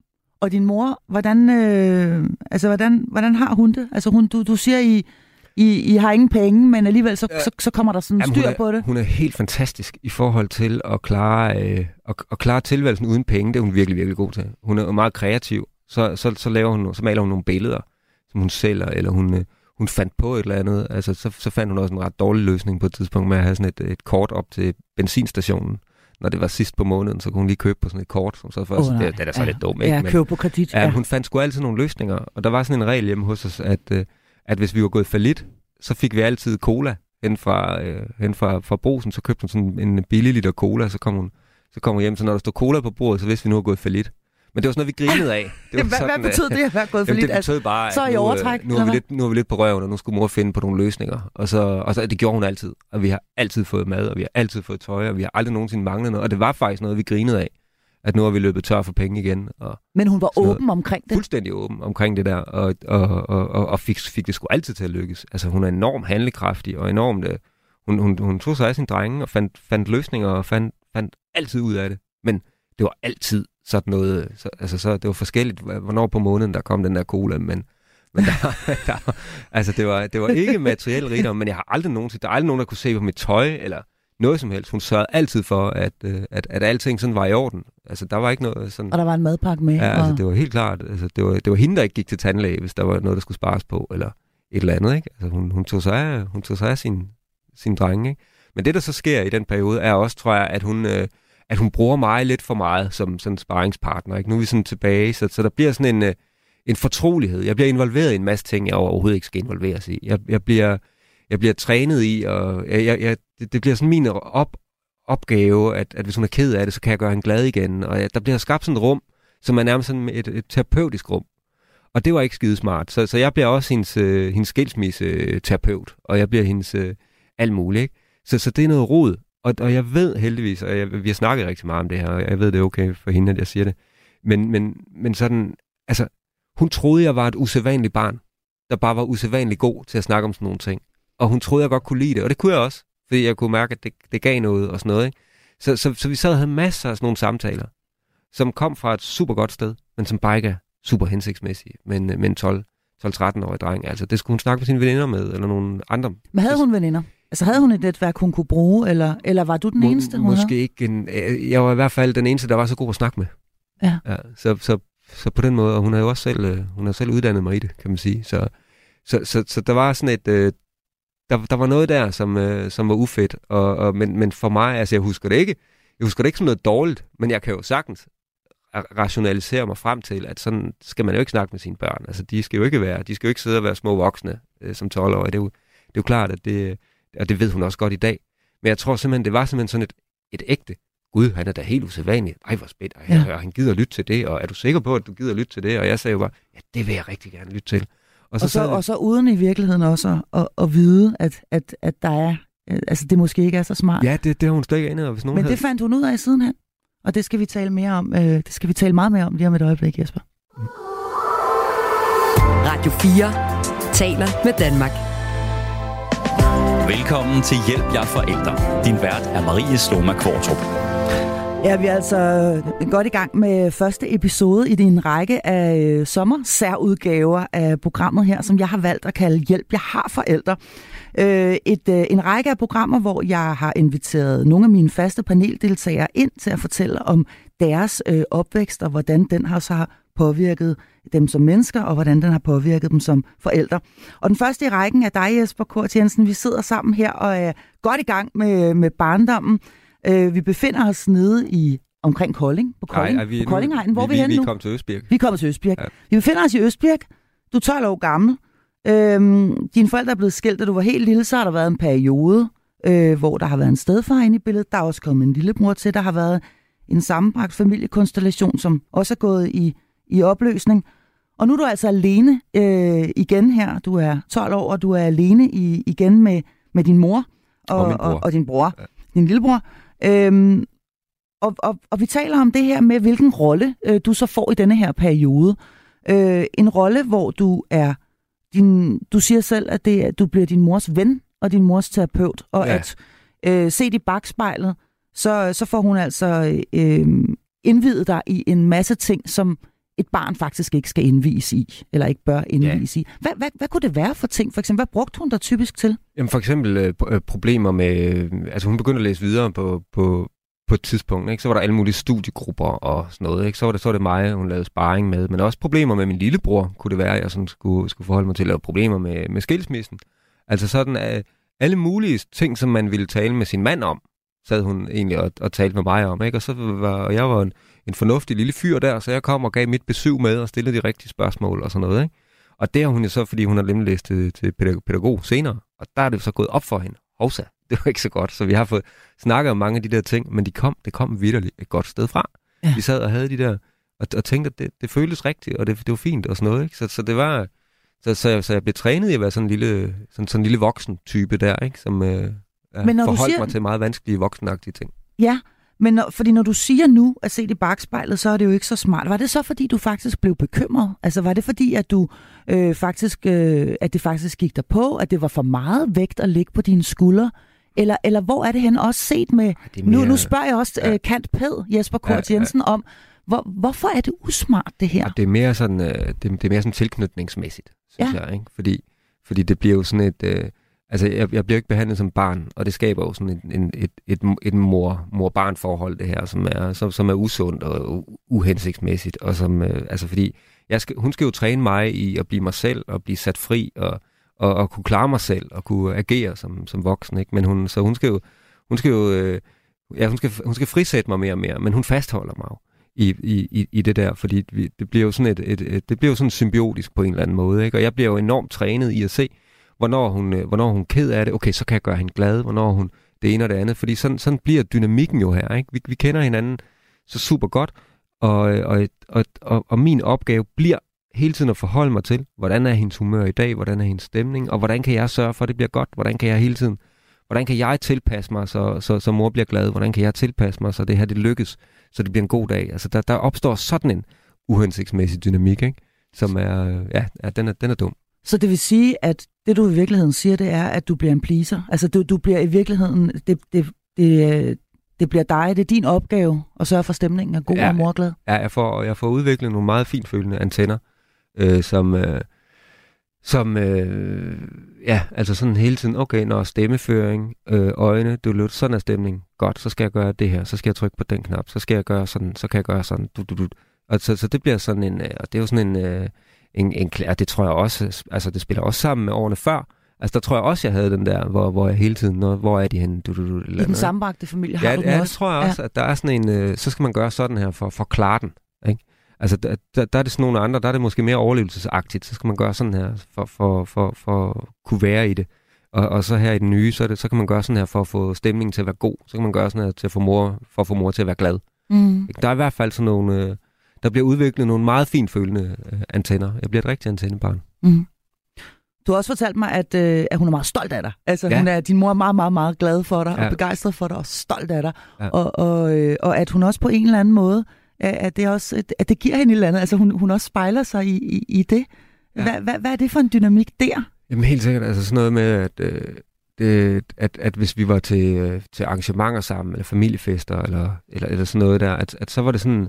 Og din mor, hvordan, øh, altså, hvordan, hvordan har hun det? Altså, hun, du, du siger, I, I, I har ingen penge, men alligevel så, ja. så, så kommer der sådan styr er, på det. Hun er helt fantastisk i forhold til at klare, øh, at, at klare tilværelsen uden penge. Det er hun virkelig, virkelig god til. Hun er meget kreativ. Så, så, så, laver hun, så maler hun nogle billeder, som hun sælger, eller hun, øh, hun fandt på et eller andet. Altså, så, så fandt hun også en ret dårlig løsning på et tidspunkt med at have sådan et, et kort op til benzinstationen. Når det var sidst på måneden, så kunne hun lige købe på sådan et kort, som så først, oh, det, det er da så ja. lidt dumt, ikke? Ja, købe på kredit. Ja, ja. Hun fandt sgu altid nogle løsninger, og der var sådan en regel hjemme hos os, at, øh, at hvis vi var gået fallit, så fik vi altid cola hen fra, øh, hen fra, fra Brugsen, så købte hun sådan en billig liter cola, så kom hun, så kom hun hjem, så når der stod cola på bordet, så vidste vi nu var gået fallit. Men det var sådan noget, vi grinede af. Det var hvad, sådan, hvad betød det at være gået fallit? Det betød bare, at så er I overtræk, nu, nu, er vi lidt, nu er vi lidt på røven, og nu skulle mor finde på nogle løsninger. Og så, og så det gjorde hun altid. Og vi har altid fået mad, og vi har altid fået tøj, og vi har aldrig nogensinde manglet noget. Og det var faktisk noget, vi grinede af. At nu har vi løbet tør for penge igen. Og men hun var åben noget, omkring det? Fuldstændig åben omkring det der, og, og, og, og, og fik, fik det sgu altid til at lykkes. Altså hun er enormt handlekraftig, og enormt... Uh, hun, hun, hun tog sig af sine drenge, og fandt, fandt løsninger, og fandt, fandt altid ud af det. Men det var altid sådan noget... Så, altså så, det var forskelligt, hvornår på måneden der kom den der cola, men... Men der, der, altså det var, det var ikke materiel rigdom, men jeg har aldrig nogensinde... Der er aldrig nogen, der kunne se på mit tøj, eller... noget som helst. Hun sørgede altid for, at, øh, at, at alting sådan var i orden. Altså, der var ikke noget sådan... Og der var en madpakke med. Ja, og... altså, det var helt klart. Altså, det var, det var hende, der ikke gik til tandlæge, hvis der var noget, der skulle spares på, eller et eller andet, ikke? Altså, hun, hun tog sig af, hun tog sig af sin, sin drenge, ikke? Men det, der så sker i den periode, er også, tror jeg, at hun, øh, at hun bruger mig lidt for meget som sådan en sparringspartner, ikke? Nu er vi sådan tilbage, så, så der bliver sådan en, øh, en fortrolighed. Jeg bliver involveret i en masse ting, jeg overhovedet ikke skal involveres i. Jeg, jeg bliver... Jeg bliver trænet i, og jeg, jeg, jeg, det, det bliver sådan min op, opgave, at, at hvis hun er ked af det, så kan jeg gøre hende glad igen. Og jeg, der bliver skabt sådan et rum, som er nærmest sådan et, et terapeutisk rum. Og det var ikke skidesmart. Så, så jeg bliver også hendes, øh, hendes skilsmisse-terapeut, og jeg bliver hendes øh, alt muligt. Ikke? Så, så det er noget rod. Og, og jeg ved heldigvis, og jeg, vi har snakket rigtig meget om det her, og jeg ved, det er okay for hende, at jeg siger det. Men, men, men sådan, altså, hun troede, jeg var et usædvanligt barn, der bare var usædvanligt god til at snakke om sådan nogle ting. Og hun troede, jeg godt kunne lide det, og det kunne jeg også, fordi jeg kunne mærke, at det, det gav noget og sådan noget. Ikke? Så, så, så vi sad og havde masser af sådan nogle samtaler, som kom fra et super godt sted, men som bare ikke er super hensigtsmæssige, men med en tolv-tretten-årig dreng. Altså, det skulle hun snakke med sine veninder med, eller nogle andre. Men havde hun veninder? Altså, havde hun et netværk, hun kunne bruge, eller, eller var du den Må, eneste? Hun måske havde? ikke. En, jeg var i hvert fald den eneste, der var så god at snakke med. Ja. Ja så, så, så på den måde, og hun havde jo også selv, hun havde selv uddannet mig i det, kan man sige. Så, så, så, så der var sådan et... Der, der var noget der, som, øh, som var ufedt, og, og, men, men for mig, altså jeg husker det ikke, jeg husker det ikke som noget dårligt, men jeg kan jo sagtens rationalisere mig frem til, at sådan skal man jo ikke snakke med sine børn. Altså, de skal jo ikke være, de skal jo ikke sidde og være små voksne øh, som tolv-årige. Det er jo, det er jo klart, at det, og det ved hun også godt i dag. Men jeg tror simpelthen, det var simpelthen sådan et, et ægte, Gud, han er da helt usædvanlig. Ej, hvor spændt. Og, ja. og han gider lytte til det, og er du sikker på, at du gider lytte til det? Og jeg sagde jo bare, ja, det vil jeg rigtig gerne lytte til. Og så, og så, og så uden i virkeligheden også at, at vide, at, at, at der er, altså det måske ikke er så smart. Ja, det, det har hun slet ikke anet. Hvis nogen Men havde... det fandt hun ud af sidenhen. Og det skal vi tale mere om. Øh, det skal vi tale meget mere om lige om et øjeblik, Jesper. Radio fire taler med Danmark. Velkommen til Hjælp jer forældre. Din vært er Marie Sloma Kvartrup. Ja, vi er altså godt i gang med første episode i din række af øh, sommersærudgaver af programmet her, som jeg har valgt at kalde Hjælp jeg har forældre. Øh, et, øh, en række af programmer, hvor jeg har inviteret nogle af mine faste paneldeltagere ind til at fortælle om deres øh, opvækst, og hvordan den har så har påvirket dem som mennesker, og hvordan den har påvirket dem som forældre. Og den første i rækken er dig, Jesper Kort Jensen. Vi sidder sammen her og er godt i gang med, med barndommen. Øh, vi befinder os nede i omkring Kolding, på Kolding, Ej, vi, på Koldingegnen. Hvor vi, er vi, vi henne nu? Vi er kommet til Østbirk. Vi er kommet til Østbirk. Ja. Vi befinder os i Østbirk. Du er tolv år gammel. Øhm, dine forældre er blevet skilt, da du var helt lille, så har der været en periode, øh, hvor der har været en stedfar inde i billedet. Der er også kommet en lillebror til. Der har været en sammenbragt familiekonstellation, som også er gået i, i opløsning. Og nu er du altså alene øh, igen her. Du er tolv år, og du er alene i, igen med, med din mor og, og, bror. og, og din bror, ja. din lillebror. Øhm, og, og, og vi taler om det her med, hvilken rolle øh, du så får i denne her periode. Øh, en rolle, hvor du er din, du siger selv, at det er, du bliver din mors ven og din mors terapeut, og ja. at øh, set i bagspejlet, så, så får hun altså øh, indviet dig i en masse ting, som et barn faktisk ikke skal indvise i, eller ikke bør indvise ja. i. Hvad, hvad, hvad kunne det være for ting? For eksempel, hvad brugte hun der typisk til? Jamen for eksempel øh, problemer med, øh, altså hun begyndte at læse videre på, på, på et tidspunkt, ikke? Så var der alle mulige studiegrupper og sådan noget, ikke? Så var det, så var det mig, hun lavede sparring med, men også problemer med min lillebror, kunne det være, jeg sådan skulle, skulle forholde mig til, at lave problemer med, med skilsmissen. Altså sådan, at alle mulige ting, som man ville tale med sin mand om, sad hun egentlig og, og talte med mig om, ikke? Og så var og jeg var en, en fornuftig lille fyr der, så jeg kom og gav mit besøg med og stillede de rigtige spørgsmål og sådan noget, ikke? Og det har hun jo så, fordi hun har nemlig læst til, til pædagog, pædagog senere, og der er det så gået op for hende. Hovsa, det var ikke så godt, så vi har fået snakket om mange af de der ting, men de kom, det kom vitterligt et godt sted fra. Ja. Vi sad og havde de der, og, og tænkte, at det, det føltes rigtigt, og det, det var fint og sådan noget, ikke? Så, så det var, så, så, jeg, så jeg blev trænet i at være sådan en lille, sådan, sådan en lille voksen type der, ikke? Som øh, forholdt siger... mig til meget vanskelige voksenagtige ting. Ja, men når, fordi når du siger nu at se i bagspejlet, så er det jo ikke så smart. Var det så, fordi du faktisk blev bekymret? Altså var det fordi, at du øh, faktisk, øh, at det faktisk gik dig på, at det var for meget vægt at ligge på dine skuldre? Eller, eller hvor er det hen også set med... Mere... Nu, nu spørger jeg også ja. øh, Kant Ped, Jesper Kort Jensen, ja, ja. om, hvor, hvorfor er det usmart, det her? Ja, det er mere sådan, øh, det, det er mere sådan tilknytningsmæssigt, synes ja. jeg, ikke? Fordi, fordi det bliver jo sådan et... Øh, altså, jeg, jeg bliver ikke behandlet som barn, og det skaber jo sådan et, et, et, et, et mor, mor-barn-forhold, det her, som er, som, som er usundt og uhensigtsmæssigt, og som... Øh, altså, fordi jeg skal, hun skal jo træne mig i at blive mig selv, og blive sat fri, og Og, og kunne klare mig selv, og kunne agere som, som voksen, ikke? Men hun, så hun skal jo, hun skal jo, øh, ja, hun skal, hun skal frisætte mig mere og mere, men hun fastholder mig jo i, i, i det der, fordi vi, det bliver jo sådan et, et, et, det bliver jo sådan symbiotisk på en eller anden måde, ikke? Og jeg bliver jo enormt trænet i at se, hvornår hun, hvornår hun er ked af det, okay, så kan jeg gøre hende glad, hvornår hun det ene og det andet, fordi sådan, sådan bliver dynamikken jo her, ikke? Vi, vi kender hinanden så super godt, og, og, og, og, og min opgave bliver hele tiden at forholde mig til, hvordan er hendes humør i dag, hvordan er hendes stemning, og hvordan kan jeg sørge for, at det bliver godt, hvordan kan jeg hele tiden, hvordan kan jeg tilpasse mig, så, så, så mor bliver glad, hvordan kan jeg tilpasse mig, så det her det lykkes, så det bliver en god dag. Altså der, der opstår sådan en uhensigtsmæssig dynamik, ikke? Som er, ja, ja den, er, den er dum. Så det vil sige, at det du i virkeligheden siger, det er, at du bliver en pleaser. Altså du, du bliver i virkeligheden, det, det, det, det bliver dig, det er din opgave at sørge for, stemningen er god ja, og morglad. Ja, jeg får, jeg får udviklet nogle meget finfølende antenner, Øh, som, øh, som øh, ja, altså sådan hele tiden, okay, når stemmeføring, øh, øjne, du lytter, sådan er stemning, godt, så skal jeg gøre det her, så skal jeg trykke på den knap, så skal jeg gøre sådan, så kan jeg gøre sådan, du, du, du. Og så, så det bliver sådan en, og det er jo sådan en, øh, en, en og det tror jeg også, altså det spiller også sammen med årene før, altså der tror jeg også, jeg havde den der, hvor, hvor jeg hele tiden, når, hvor er de henne, du, du, du, I den sammenbragte familie har ja, du ja, den også? Ja, det tror jeg også, ja. At der er sådan en, øh, så skal man gøre sådan her for, for at klare den. Altså, der, der, der er det sådan nogle andre, der er det måske mere overlevelsesagtigt, så skal man gøre sådan her, for, for, for, for at kunne være i det. Og, og så her i den nye, så, det, så kan man gøre sådan her for at få stemningen til at være god. Så kan man gøre sådan her til at få mor, for at få mor til at være glad. Mm. Der er i hvert fald sådan nogle, øh, der bliver udviklet nogle meget finfølende øh, antenner. Jeg bliver et rigtigt antennebarn. Mm. Du har også fortalt mig, at, øh, at hun er meget stolt af dig. Altså, ja. hun er, din mor er meget, meget, meget glad for dig, ja. og begejstret for dig, og stolt af dig. Ja. Og, og, øh, og at hun også på en eller anden måde, at det, også, at det giver hende et eller andet. Altså, hun, hun også spejler sig i, i, i det. Ja. Hvad, hvad, hvad er det for en dynamik der? Jamen helt sikkert. Altså sådan noget med, at, øh, det, at, at hvis vi var til, øh, til arrangementer sammen, eller familiefester, eller, eller, eller sådan noget der, at, at så var det sådan,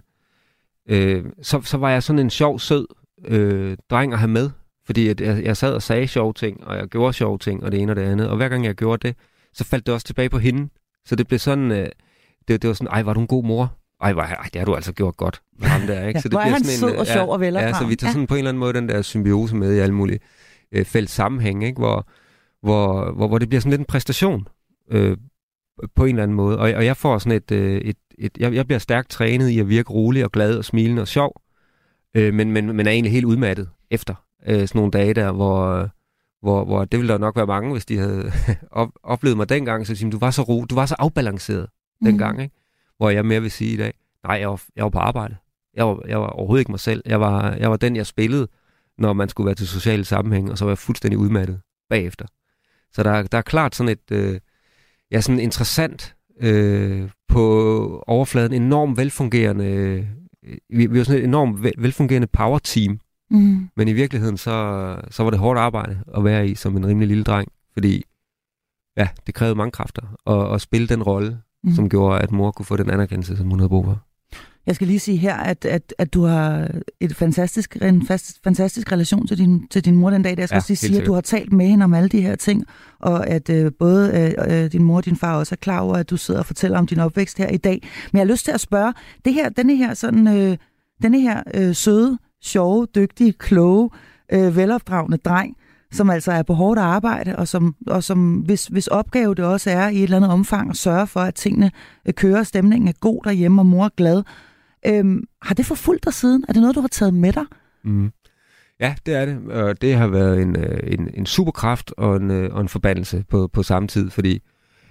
øh, så, så var jeg sådan en sjov, sød øh, dreng at have med. Fordi at jeg, jeg sad og sagde sjove ting, og jeg gjorde sjove ting, og det ene og det andet. Og hver gang jeg gjorde det, så faldt det også tilbage på hende. Så det blev sådan, øh, det, det var sådan, ej, var du en god mor? Ej, var, ej, det har du altså gjort godt med ham der, ikke? Ja, så det hvor er bliver han sådan sød en, og sjov og velopdragen. Ja, så vi tager sådan ja. på en eller anden måde den der symbiose med i alle mulige øh, fælles sammenhæng, ikke? Hvor, hvor, hvor, hvor det bliver sådan lidt en præstation øh, på en eller anden måde. Og, og jeg får sådan et, øh, et, et jeg, jeg bliver stærkt trænet i at virke rolig og glad og smilende og sjov, øh, men, men, men er egentlig helt udmattet efter øh, sådan nogle dage der, hvor, hvor, hvor det ville der nok være mange, hvis de havde op, oplevet mig dengang, så siger du var så ro, du var så afbalanceret mm. dengang, ikke? Hvor jeg mere vil sige i dag, nej, jeg var, jeg var på arbejde. Jeg var, jeg var overhovedet ikke mig selv. Jeg var, jeg var den, jeg spillede, når man skulle være til sociale sammenhæng, og så var jeg fuldstændig udmattet bagefter. Så der, der er klart sådan et, øh, ja, sådan interessant øh, på overfladen, enormt velfungerende, øh, vi, vi var sådan et enormt vel, velfungerende power team, mm. men i virkeligheden, så, så var det hårdt arbejde at være i som en rimelig lille dreng, fordi ja, det krævede mange kræfter at, at spille den rolle, mm. som gjorde, at mor kunne få den anerkendelse, som hun havde brug for. Jeg skal lige sige her, at, at, at du har et fantastisk, en fast, fantastisk relation til din, til din mor den dag. Jeg skal ja, også sige, at du har talt med hende om alle de her ting, og at øh, både øh, din mor og din far også er klar over, at du sidder og fortæller om din opvækst her i dag. Men jeg har lyst til at spørge, det her, denne her, sådan, øh, denne her øh, søde, sjove, dygtige, kloge, øh, velopdragende dreng, som altså er på hårdt arbejde, og som, og som hvis, hvis opgave det også er i et eller andet omfang at sørge for, at tingene øh, kører, stemningen er god derhjemme, og mor er glad. Øhm, har det forfulgt dig siden? Er det noget, du har taget med dig? Mm. Ja, det er det. Og det har været en, en, en superkraft og en, og en forbandelse på, på samme tid, fordi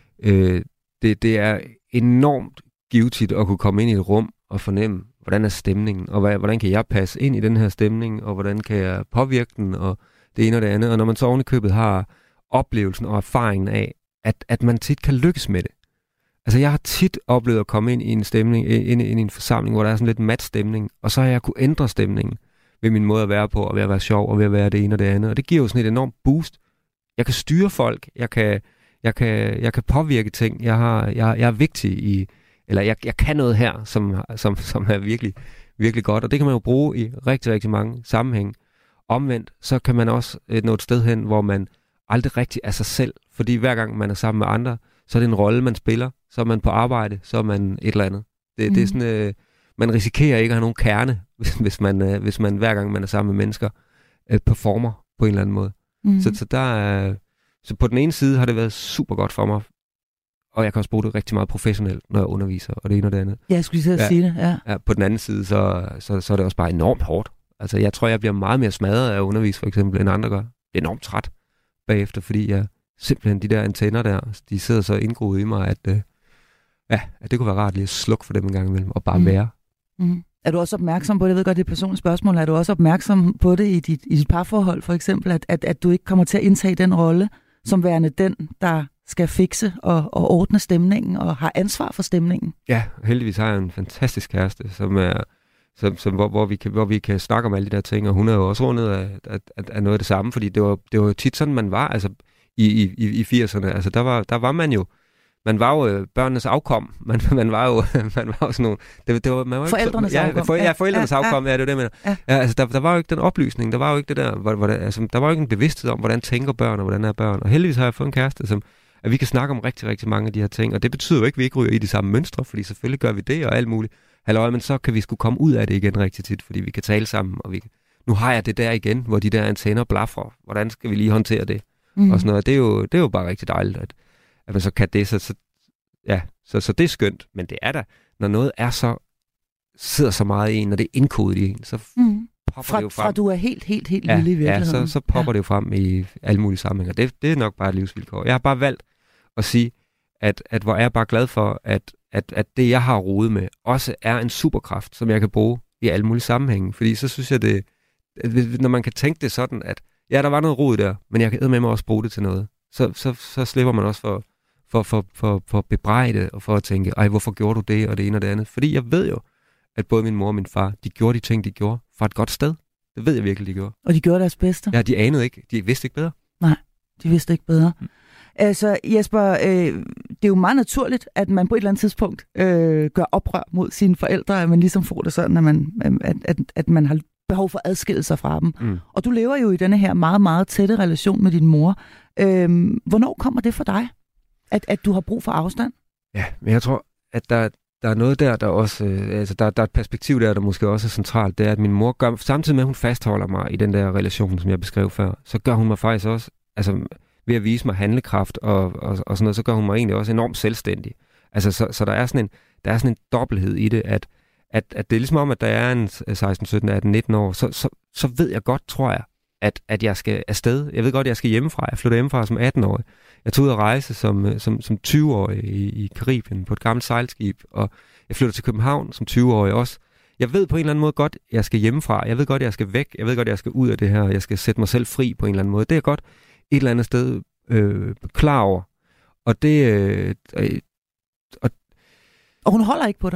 øh, det, det er enormt givetigt at kunne komme ind i et rum og fornemme, hvordan er stemningen, og hvad, hvordan kan jeg passe ind i den her stemning, og hvordan kan jeg påvirke den, og det ene og det andet. Og når man så oven i købet har oplevelsen og erfaringen af, at, at man tit kan lykkes med det. Altså, jeg har tit oplevet at komme ind i en stemning, ind, ind i en forsamling, hvor der er sådan lidt mat stemning, og så har jeg kunne ændre stemningen ved min måde at være på, og ved at være sjov, og ved at være det ene og det andet. Og det giver jo sådan et enormt boost. Jeg kan styre folk, jeg kan, jeg kan, jeg kan påvirke ting, jeg, har, jeg, jeg er vigtig i, eller jeg, jeg kan noget her, som, som, som er virkelig, virkelig godt, og det kan man jo bruge i rigtig, rigtig mange sammenhænge. Omvendt, så kan man også nå et sted hen, hvor man aldrig rigtig er sig selv, fordi hver gang man er sammen med andre, så er det en rolle, man spiller, så er man på arbejde, så er man et eller andet. Det, mm. det er sådan, øh, man risikerer ikke at have nogen kerne, hvis, hvis, man, øh, hvis man hver gang man er sammen med mennesker, øh, performer på en eller anden måde. Mm. Så, så, der er, så på den ene side har det været super godt for mig, og jeg kan også bruge det rigtig meget professionelt, når jeg underviser, og det ene og det andet. Ja, jeg skulle lige ja, sige det, ja. ja. På den anden side, så, så, så er det også bare enormt hårdt. Altså, jeg tror, jeg bliver meget mere smadret af at undervise, for eksempel, end andre gør. Jeg er enormt træt bagefter, fordi jeg simpelthen de der antenner der, de sidder så indgroet i mig, at, øh, ja, at det kunne være rart lige at slukke for dem en gang imellem, og bare mm. være. Mm. Er du også opmærksom på det? Jeg ved godt, det er et personligt spørgsmål. Er du også opmærksom på det i dit, i dit parforhold, for eksempel, at, at, at du ikke kommer til at indtage den rolle, som værende den, der skal fikse og, og ordne stemningen, og har ansvar for stemningen? Ja, heldigvis har jeg en fantastisk kæreste, som er Som, som, hvor, hvor, vi kan, hvor vi kan snakke om alle de der ting, og hun er jo også rundet af, af, af noget af det samme, fordi det var, det var jo tit sådan, man var altså, i, i, i firserne. Altså, der var, der var man jo, man var jo børnenes afkom. Man, man var jo, man var jo sådan nogle... Det, det var, man var forældrenes ja, afkom. For, ja, forældrenes ja, afkom, ja, det er det, jeg mener. Ja. Ja, altså, der, der var jo ikke den oplysning, der var jo ikke det der, hvor, hvor der, altså, der var jo ikke en bevidsthed om, hvordan tænker børn, og hvordan er børn. Og heldigvis har jeg fået en kæreste, som, at vi kan snakke om rigtig, rigtig mange af de her ting, og det betyder jo ikke, at vi ikke ryger i de samme mønstre, fordi selvfølgelig gør vi det, og alt muligt. Halløj, men så kan vi sgu komme ud af det igen rigtig tit, fordi vi kan tale sammen, og vi nu har jeg det der igen, hvor de der antenner blafrer. Hvordan skal vi lige håndtere det? Mm. Og sådan noget. Det er jo, det er jo bare rigtig dejligt, at, at man så kan det. Så, så, ja, så, så det er skønt, men det er da, når noget er så sidder så meget i en, når det er indkodet i en, så mm. popper fra, det jo frem. Fra du er helt, helt, helt ja, lille i virkeligheden. Ja, så, så popper ja. det jo frem i alle mulige sammenhænge. Det, det er nok bare et livsvilkår. Jeg har bare valgt at sige, at, at hvor er jeg bare glad for, at, at, at det, jeg har rodet med, også er en superkraft, som jeg kan bruge i alle mulige sammenhænge. Fordi så synes jeg, det, at når man kan tænke det sådan, at ja, der var noget rod der, men jeg kan eddermame også bruge det til noget. Så, så, så slipper man også for, for, for, for, for bebrejde og for at tænke, ej, hvorfor gjorde du det og det ene og det andet? Fordi jeg ved jo, at både min mor og min far, de gjorde de ting, de gjorde fra et godt sted. Det ved jeg virkelig, de gjorde. Og de gjorde deres bedste? Ja, de anede ikke. De vidste ikke bedre. Nej, de vidste ikke bedre. Mm. Altså, Jesper, øh, det er jo meget naturligt, at man på et eller andet tidspunkt øh, gør oprør mod sine forældre, at man ligesom får det sådan, at man, at, at, at man har behov for at adskille sig fra dem. Mm. Og du lever jo i denne her meget, meget tætte relation med din mor. Øh, hvornår kommer det for dig, at, at du har brug for afstand? Ja, men jeg tror, at der, der er noget der, der også, øh, altså der, der er et perspektiv der, der måske også er centralt. Det er, at min mor gør, samtidig med, at hun fastholder mig i den der relation, som jeg beskrev før, så gør hun mig faktisk også, altså ved at vise mig handlekraft og, og, og sådan noget, så gør hun mig egentlig også enormt selvstændig. Altså, så, så der er sådan en, der er sådan en dobbelthed i det, at, at, at det er ligesom om, at der er en seksten, sytten, atten, nitten år, så, så, så ved jeg godt, tror jeg, at, at jeg skal afsted. Jeg ved godt, at jeg skal hjemmefra. Jeg flytter hjemmefra som atten-årig. Jeg tog ud at rejse som, som, som tyve-årig i, i Karibien på et gammelt sejlskib, og jeg flytter til København som tyve-årig også. Jeg ved på en eller anden måde godt, at jeg skal hjemmefra. Jeg ved godt, at jeg skal væk. Jeg ved godt, at jeg skal ud af det her. Jeg skal sætte mig selv fri på en eller anden måde. Det er godt et eller andet sted øh, klar over. Og det... Øh, og, og hun holder ikke på dig?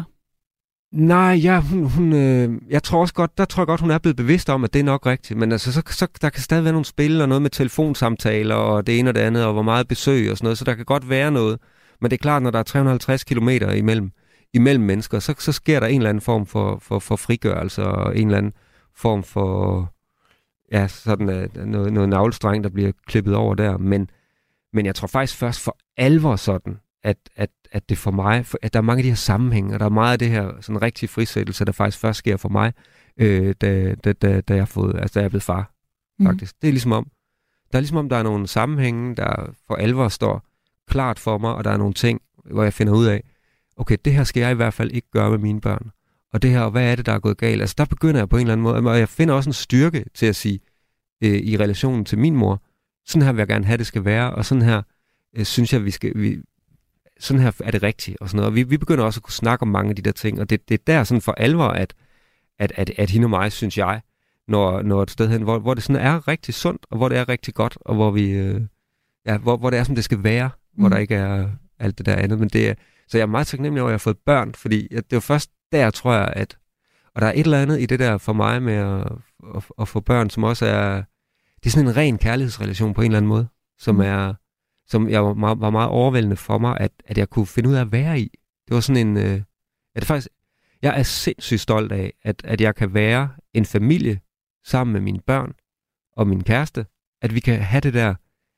Nej, ja, hun, hun, øh, jeg tror også godt, der tror jeg godt, hun er blevet bevidst om, at det er nok rigtigt. Men altså, så, så der kan stadig være nogle spil og noget med telefonsamtaler og det ene og det andet, og hvor meget besøg og sådan noget, så der kan godt være noget. Men det er klart, når der er tre hundrede og halvtreds kilometer imellem, imellem mennesker, så, så sker der en eller anden form for, for, for frigørelse og en eller anden form for, ja, sådan uh, noget, noget navlestreng, der bliver klippet over der. Men, men jeg tror faktisk først for alvor sådan, at, at, at det for mig, at der er mange af de her sammenhænge, og der er meget af det her sådan rigtige frisættelse, der faktisk først sker for mig, øh, da, da, da, da, jeg har fået, altså da jeg er blevet far, faktisk. Mm. Det er ligesom om, der er ligesom om, der er nogle sammenhænge, der for alvor står klart for mig, og der er nogle ting, hvor jeg finder ud af, okay, det her skal jeg i hvert fald ikke gøre med mine børn. Og det her, og hvad er det, der er gået galt? Altså der begynder jeg på en eller anden måde, og jeg finder også en styrke til at sige, øh, i relationen til min mor, sådan her vil jeg gerne have, det skal være, og sådan her øh, synes jeg, vi skal... Vi, sådan her er det rigtigt, og sådan noget. Og vi, vi begynder også at kunne snakke om mange af de der ting, og det, det er der sådan for alvor, at, at, at, at hende og mig, synes jeg, når, når et sted hen, hvor, hvor det sådan er rigtig sundt, og hvor det er rigtig godt, og hvor vi, øh, ja, hvor, hvor det er, som det skal være, mm. hvor der ikke er alt det der andet. Men det er, så jeg er meget taknemmelig over, at jeg har fået børn, fordi det var først der, tror jeg, at, og der er et eller andet i det der for mig med at, at, at få børn, som også er, det er sådan en ren kærlighedsrelation på en eller anden måde, som er, som jeg var meget, var meget overvældende for mig, at, at jeg kunne finde ud af at være i. Det var sådan en... Øh, at det faktisk, jeg er sindssygt stolt af, at, at jeg kan være en familie sammen med mine børn og min kæreste. At vi kan have det der...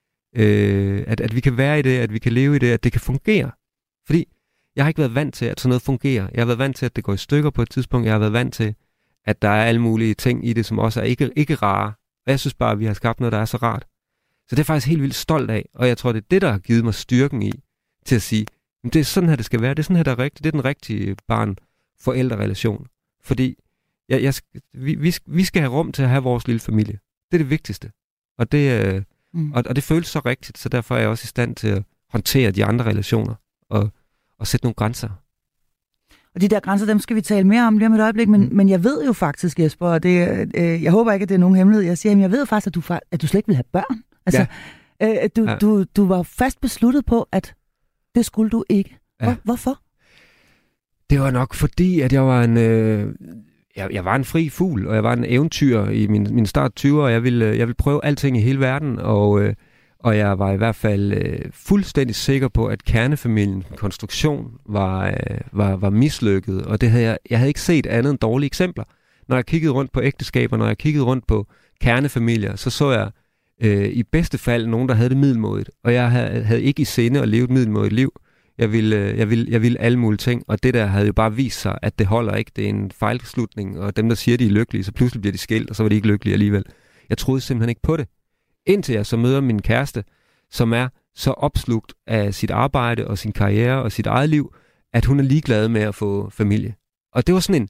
Øh, at, at vi kan være i det, at vi kan leve i det, at det kan fungere. Fordi jeg har ikke været vant til, at sådan noget fungerer. Jeg har været vant til, at det går i stykker på et tidspunkt. Jeg har været vant til, at der er alle mulige ting i det, som også er ikke, ikke rare. Og jeg synes bare, at vi har skabt noget, der er så rart. Så det er jeg faktisk helt vildt stolt af, og jeg tror, det er det, der har givet mig styrken i, til at sige, det er sådan her, det skal være, det er sådan her, der er rigtigt, det er den rigtige barn-forældre-relation. Fordi jeg, jeg, vi, vi, vi skal have rum til at have vores lille familie. Det er det vigtigste. Og det, øh, mm. og, og det føles så rigtigt, så derfor er jeg også i stand til at håndtere de andre relationer, og, og sætte nogle grænser. Og de der grænser, dem skal vi tale mere om lige om et øjeblik, men, mm. men jeg ved jo faktisk, Jesper, og det, øh, jeg håber ikke, at det er nogen hemmelighed, jeg siger, men jeg ved faktisk, at du, at du slet ikke vil have børn. Altså, ja. øh, du, ja. du, du var fast besluttet på, at det skulle du ikke. Hvor, ja. Hvorfor? Det var nok fordi, at jeg var en, øh, jeg, jeg var en fri fugl, og jeg var en eventyr i min, min start tyverne, og jeg ville, jeg ville prøve alting i hele verden, og, øh, og jeg var i hvert fald øh, fuldstændig sikker på, at kernefamilien konstruktion var, øh, var, var mislykket, og det havde jeg, jeg havde ikke set andet end dårlige eksempler. Når jeg kiggede rundt på ægteskaber, når jeg kiggede rundt på kernefamilier, så så jeg Øh, i bedste fald nogen, der havde det middelmådigt. Og jeg havde, havde ikke i sinde at leve et middelmådigt liv. Jeg ville, øh, jeg, ville, jeg ville alle mulige ting, og det der havde jo bare vist sig, at det holder ikke. Det er en fejlslutning, og dem, der siger, de er lykkelige, så pludselig bliver de skilt, og så var de ikke lykkelige alligevel. Jeg troede simpelthen ikke på det. Indtil jeg så møder min kæreste, som er så opslugt af sit arbejde og sin karriere og sit eget liv, at hun er ligeglad med at få familie. Og det var sådan en,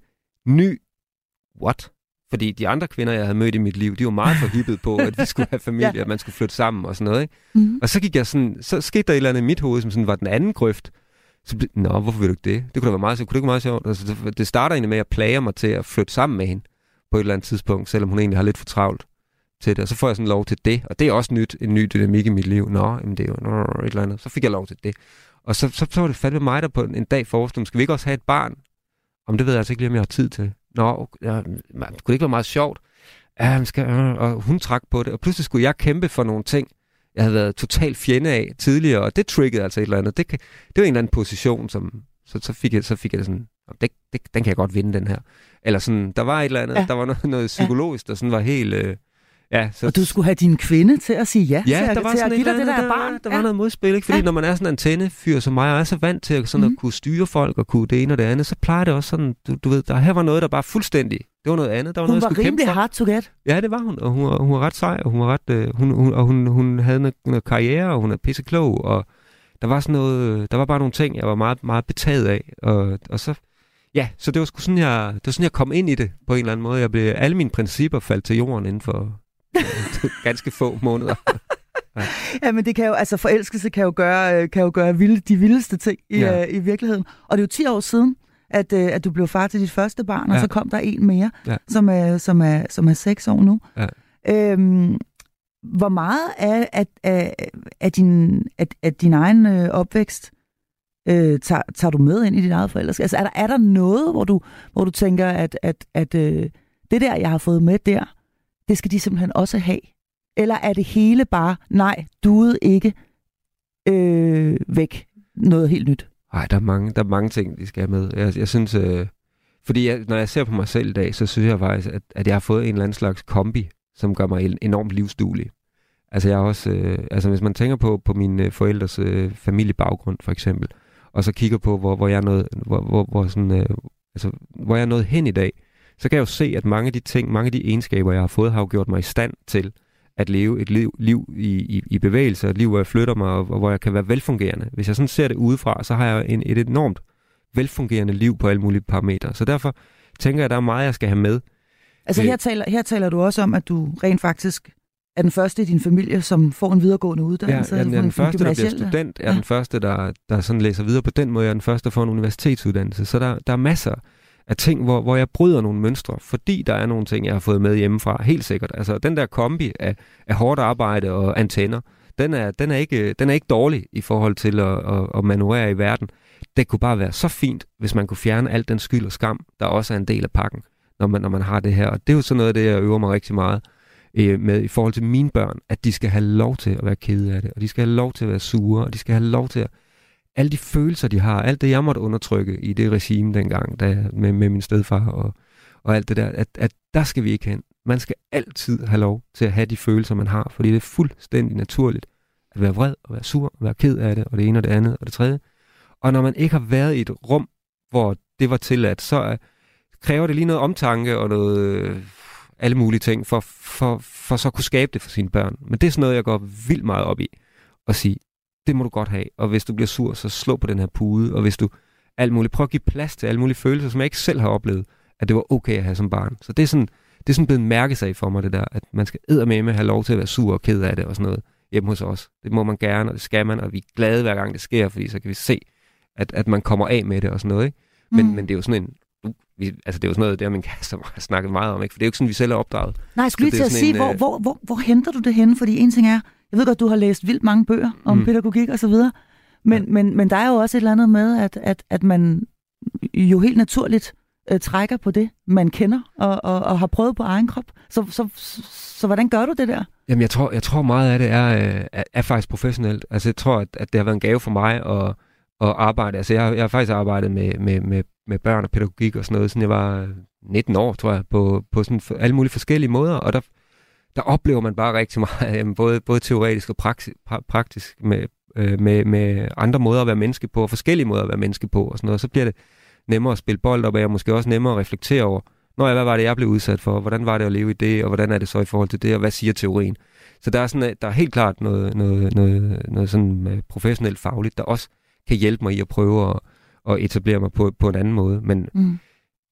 ny, what? Fordi de andre kvinder, jeg havde mødt i mit liv, de var meget forhippet på, at vi skulle have familie, ja. At man skulle flytte sammen og sådan noget, ikke? Mm. Og så gik jeg sådan, så skete der et eller andet i mit hoved, som sådan var den anden grøft. Så blev, nå, hvorfor vil du ikke det? Det kunne da være meget, så kunne det ikke være meget sjovt. Altså, det starter egentlig med, at jeg plager mig til at flytte sammen med hende på et eller andet tidspunkt, selvom hun egentlig har lidt for travlt til det. Og så får jeg sådan lov til det. Og det er også nyt, en ny dynamik i mit liv. Nå, jamen det er jo nå, et eller andet. Så fik jeg lov til det. Og så, så, så var det fandme mig, der på en dag forestod, skal vi ikke også have et barn? Om det ved jeg altså ikke lige, om jeg har tid til. Nå, ja, kunne det ikke være meget sjovt? Ja, man skal, øh, og hun trak på det. Og pludselig skulle jeg kæmpe for nogle ting, jeg havde været totalt fjende af tidligere, og det triggede altså et eller andet. Det, det var en eller anden position, som så, så, fik jeg, så fik jeg det sådan, det, det, den kan jeg godt vinde, den her. Eller sådan, der var et eller andet, ja. Der var noget, noget psykologisk, der sådan var helt... Øh, ja, så, og du skulle have din kvinde til at sige ja, ja til, der var til sådan at give dig det der, der barn. Der, der ja. var noget modspil, ikke? Fordi ja. Når man er sådan en antennefyr som mig, og er så vant til sådan mm. at kunne styre folk og kunne det ene og det andet, så plejer det også sådan, du, du ved, der her var noget, der bare fuldstændig, det var noget andet. Der var hun noget, var rimelig hard to get. Ja, det var hun, og hun var, hun var ret sej, og hun var ret, øh, hun, hun, og hun, hun havde noget, noget karriere, og hun er pisseklog, og der var sådan noget, der var bare nogle ting, jeg var meget, meget betaget af, og, og så, ja, så det var sgu sådan, jeg, det var sådan, jeg kom ind i det på en eller anden måde. Jeg blev, alle mine principper faldt til jorden inden for ganske få måneder. Ja. Ja, men det kan jo, altså forelskelse kan jo gøre, kan jo gøre vilde, de vildeste ting i, ja. uh, i virkeligheden. Og det er jo ti år siden, at, uh, at du blev far til dit første barn, ja. Og så kom der en mere, ja. som, er, som, er, som er seks år nu. Ja. Øhm, hvor meget af, af, af, af, din, af, af din egen øh, opvækst øh, tager, tager du med ind i dit eget forældreskab? Altså er der, er der noget, hvor du, hvor du tænker, at, at, at øh, det der, jeg har fået med der, det skal de simpelthen også have? Eller er det hele bare, nej, duede ikke øh, væk, noget helt nyt? Nej, der er mange, der er mange ting, de skal have med. Jeg, jeg synes, øh, fordi jeg, når jeg ser på mig selv i dag, så synes jeg faktisk, at, at jeg har fået en eller anden slags kombi, som gør mig enormt livsduelig. Altså jeg har også, øh, altså hvis man tænker på, på mine forældres øh, familiebaggrund for eksempel, og så kigger på, hvor, hvor jeg er nået, hvor, hvor, hvor sådan, øh, altså, hvor jeg er nået hen i dag, så kan jeg jo se, at mange af de ting, mange af de egenskaber, jeg har fået, har jo gjort mig i stand til at leve et liv, liv i, i, i bevægelse, et liv, hvor jeg flytter mig, og, og hvor jeg kan være velfungerende. Hvis jeg sådan ser det udefra, så har jeg en, et enormt velfungerende liv på alle mulige parametre. Så derfor tænker jeg, at der er meget, jeg skal have med. Altså her taler, her taler du også om, at du rent faktisk er den første i din familie, som får en videregående uddannelse. Ja, jeg er den første, der bliver student. Jeg er ja. den første, der, der sådan læser videre på den måde. Jeg er den første, der får en universitetsuddannelse. Så der, der er masser af ting, hvor, hvor jeg bryder nogle mønstre, fordi der er nogle ting, jeg har fået med hjemmefra, helt sikkert. Altså den der kombi af, af hårdt arbejde og antenner, den er, den, er ikke, den er ikke dårlig i forhold til at, at, at manøvrere i verden. Det kunne bare være så fint, hvis man kunne fjerne alt den skyld og skam, der også er en del af pakken, når man, når man har det her. Og det er jo sådan noget af det, jeg øver mig rigtig meget øh, med i forhold til mine børn, at de skal have lov til at være kede af det, og de skal have lov til at være sure, og de skal have lov til at alle de følelser, de har, alt det, jeg måtte undertrykke i det regime dengang, da, med, med min stedfar og, og alt det der, at, at der skal vi ikke hen. Man skal altid have lov til at have de følelser, man har, fordi det er fuldstændig naturligt at være vred og være sur og være ked af det, og det ene og det andet og det tredje. Og når man ikke har været i et rum, hvor det var tilladt, så uh, kræver det lige noget omtanke og noget uh, alle mulige ting, for, for, for så at kunne skabe det for sine børn. Men det er sådan noget, jeg går vildt meget op i, at sige, det må du godt have, og hvis du bliver sur, så slå på den her pude, og hvis du alt muligt, prøv at give plads til alle mulige følelser, som jeg ikke selv har oplevet, at det var okay at have som barn. Så det er sådan, det er sådan blevet en mærkesag for mig, det der, at man skal eddermame have lov til at være sur og ked af det og sådan noget hjemme hos os. Det må man gerne, og det skal man, og vi er glade hver gang det sker, fordi så kan vi se, at, at man kommer af med det og sådan noget, ikke? Men, mm. men det er jo sådan en, vi, altså det er jo sådan noget, det min kæreste har snakket meget om, ikke? For det er jo ikke sådan, vi selv er opdraget. Nej, jeg skulle lige til at sige, en, hvor, hvor, hvor, hvor henter du det henne? Fordi en ting er, jeg ved godt, du har læst vildt mange bøger om mm. pædagogik og så videre, men, ja. men, men der er jo også et eller andet med, at, at, at man jo helt naturligt øh, trækker på det, man kender og, og, og har prøvet på egen krop. Så, så, så, så hvordan gør du det der? Jamen, jeg tror, jeg tror meget af det er, er, er faktisk professionelt. Altså, jeg tror, at, at det har været en gave for mig at, at arbejde. Altså, jeg har, jeg har faktisk arbejdet med, med, med, med børn og pædagogik og sådan noget, siden jeg var nitten år, tror jeg, på, på sådan alle mulige forskellige måder, og der der oplever man bare rigtig meget, både, både teoretisk og praktisk, pra, praktisk med, øh, med, med andre måder at være menneske på, og forskellige måder at være menneske på, og sådan noget. Så bliver det nemmere at spille bold op, og jeg måske også nemmere at reflektere over, når hvad var det, jeg blev udsat for, hvordan var det at leve i det, og hvordan er det så i forhold til det, og hvad siger teorien? Så der er, sådan, der er helt klart noget, noget, noget, noget sådan professionelt fagligt, der også kan hjælpe mig i at prøve at, at etablere mig på, på en anden måde. Men, mm.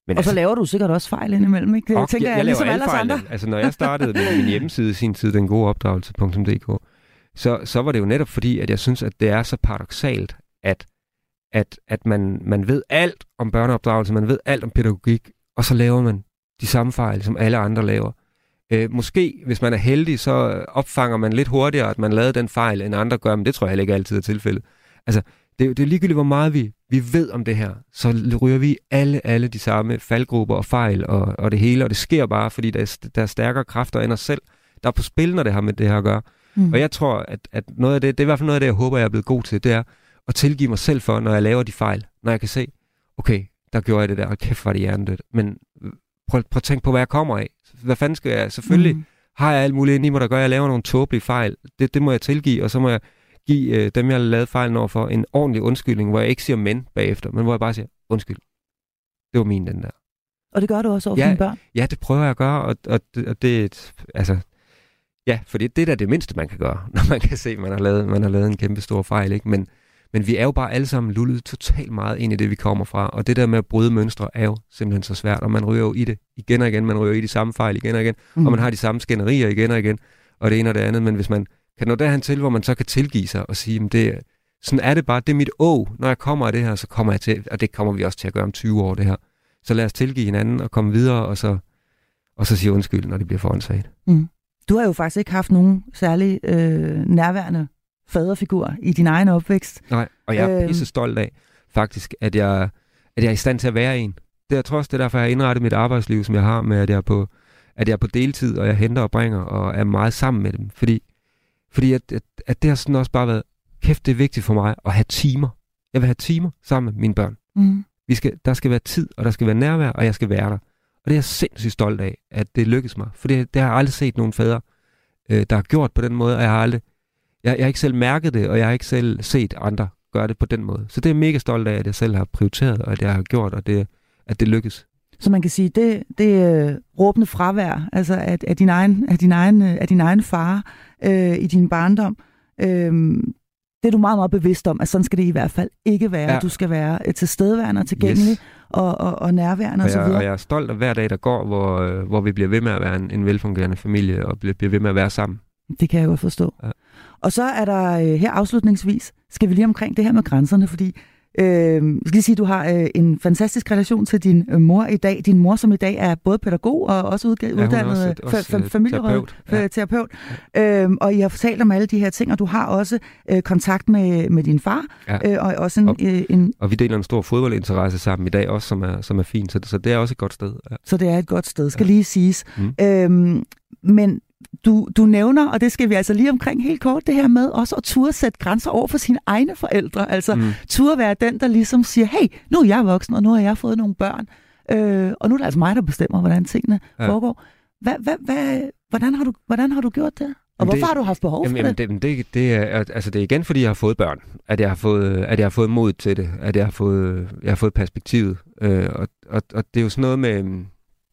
Men og så altså, laver du sikkert også fejl indimellem, ikke? og, Tænker jeg, jeg, jeg ligesom laver alle alle os andre. fejl. Altså, når jeg startede med min hjemmeside i sin tid, den gode opdragelse punktum d k, så, så var det jo netop fordi, at jeg synes, at det er så paradoksalt, at, at, at man, man ved alt om børneopdragelse, man ved alt om pædagogik, og så laver man de samme fejl, som alle andre laver. Øh, måske, hvis man er heldig, så opfanger man lidt hurtigere, at man lavede den fejl, end andre gør, men det tror jeg heller ikke altid er tilfældet. Altså, det, det er ligegyldigt, hvor meget vi, vi ved om det her, så ryger vi alle, alle de samme faldgrupper og fejl og, og det hele, og det sker bare, fordi der er, der er stærkere kræfter end os selv, der er på spil, når det har med det her at gøre. Mm. Og jeg tror, at, at noget af det, det er i hvert fald noget af det, jeg håber, jeg er blevet god til, det er at tilgive mig selv for, når jeg laver de fejl, når jeg kan se, okay, der gjorde jeg det der, og kæft var det hjernedødt, men prøv, prøv at tænke på, hvad jeg kommer af. Hvad fanden skal jeg? Selvfølgelig mm. har jeg alt muligt inde i mig, der gør, at jeg laver nogle tåbelige fejl. Det, det må jeg tilgive, og så må jeg give øh, dem, jeg har lavet fejlen over for, en ordentlig undskyldning, hvor jeg ikke siger men bagefter, men hvor jeg bare siger, undskyld. Det var min, den der. Og det gør du også over ja, dine børn? Ja, det prøver jeg at gøre, og, og, det, og det er et, altså, ja, for det, det er da det mindste, man kan gøre, når man kan se, at man har lavet, man har lavet en kæmpe stor fejl, ikke? Men, men vi er jo bare alle sammen lullet totalt meget ind i det, vi kommer fra, og det der med at bryde mønstre er jo simpelthen så svært, og man ryger jo i det igen og igen, man ryger i de samme fejl igen og igen, mm. og man har de samme skænderier igen og igen, og det ene og det andet, men hvis man kan nå derhen til, hvor man så kan tilgive sig og sige, det, sådan er det bare, det er mit å, når jeg kommer af det her, så kommer jeg til, og det kommer vi også til at gøre om tyve år, det her. Så lad os tilgive hinanden og komme videre, og så, og så sige undskyld, når det bliver foransagt. Mm. Du har jo faktisk ikke haft nogen særlig øh, nærværende faderfigur i din egen opvækst. Nej, og jeg er øh... pisse stolt af, faktisk, at jeg, at jeg er i stand til at være en. Det er trods det, derfor jeg har indrettet mit arbejdsliv, som jeg har, med at jeg er på, at jeg er på deltid, og jeg henter og bringer, og er meget sammen med dem. Fordi, fordi at, at, at det har sådan også bare været, kæft, det er vigtigt for mig at have timer. Jeg vil have timer sammen med mine børn. Mm. Vi skal, der skal være tid, og der skal være nærvær, og jeg skal være der. Og det er jeg sindssygt stolt af, at det lykkes mig. For det, det har jeg aldrig set nogen fædre, øh, der har gjort på den måde, og jeg har aldrig, jeg, jeg har ikke selv mærket det, og jeg har ikke selv set andre gøre det på den måde. Så det er jeg mega stolt af, at jeg selv har prioriteret, og at jeg har gjort, og det, at det lykkes. Så man kan sige, det, det øh, råbende fravær, altså at, at, din egen, at, din egen, at din egen far øh, i din barndom, øh, det er du meget, meget bevidst om, at sådan skal det i hvert fald ikke være. Ja. Du skal være til stedeværende og tilgængelig, yes. og, og, og nærværende og, og jeg, så videre. Og jeg er stolt af hver dag, der går, hvor, øh, hvor vi bliver ved med at være en, en velfungerende familie, og bliver, bliver ved med at være sammen. Det kan jeg godt forstå. Ja. Og så er der øh, her afslutningsvis, skal vi lige omkring det her med grænserne, fordi Øh, jeg skal lige sige, at du har øh, en fantastisk relation til din øh, mor i dag. Din mor, som i dag er både pædagog og også udg- ja, uddannet fa- familieterapeut. Ja. Øhm, og I har fortalt om alle de her ting, og du har også øh, kontakt med, med din far. Ja. Øh, og, også en, og, øh, en... og vi deler en stor fodboldinteresse sammen i dag også, som er, som er fint. Så, så det er også et godt sted. Ja. Så det er et godt sted, skal ja. lige siges. Mm. Øhm, men Du, du nævner, og det skal vi altså lige omkring helt kort, det her med også at turde sætte grænser over for sine egne forældre. Altså mm. turde være den, der ligesom siger, hey, nu er jeg voksen, og nu har jeg fået nogle børn, øh, og nu er det altså mig, der bestemmer, hvordan tingene ja. foregår. Hva, hva, hva, hvordan, har du, hvordan har du gjort det? Og jamen hvorfor det, har du haft behov for jamen, det? Det, det, det, er, altså det er igen, fordi jeg har fået børn, at jeg har fået, at jeg har fået mod til det, at jeg har fået, jeg har fået perspektivet. Øh, og, og, og det er jo sådan noget med,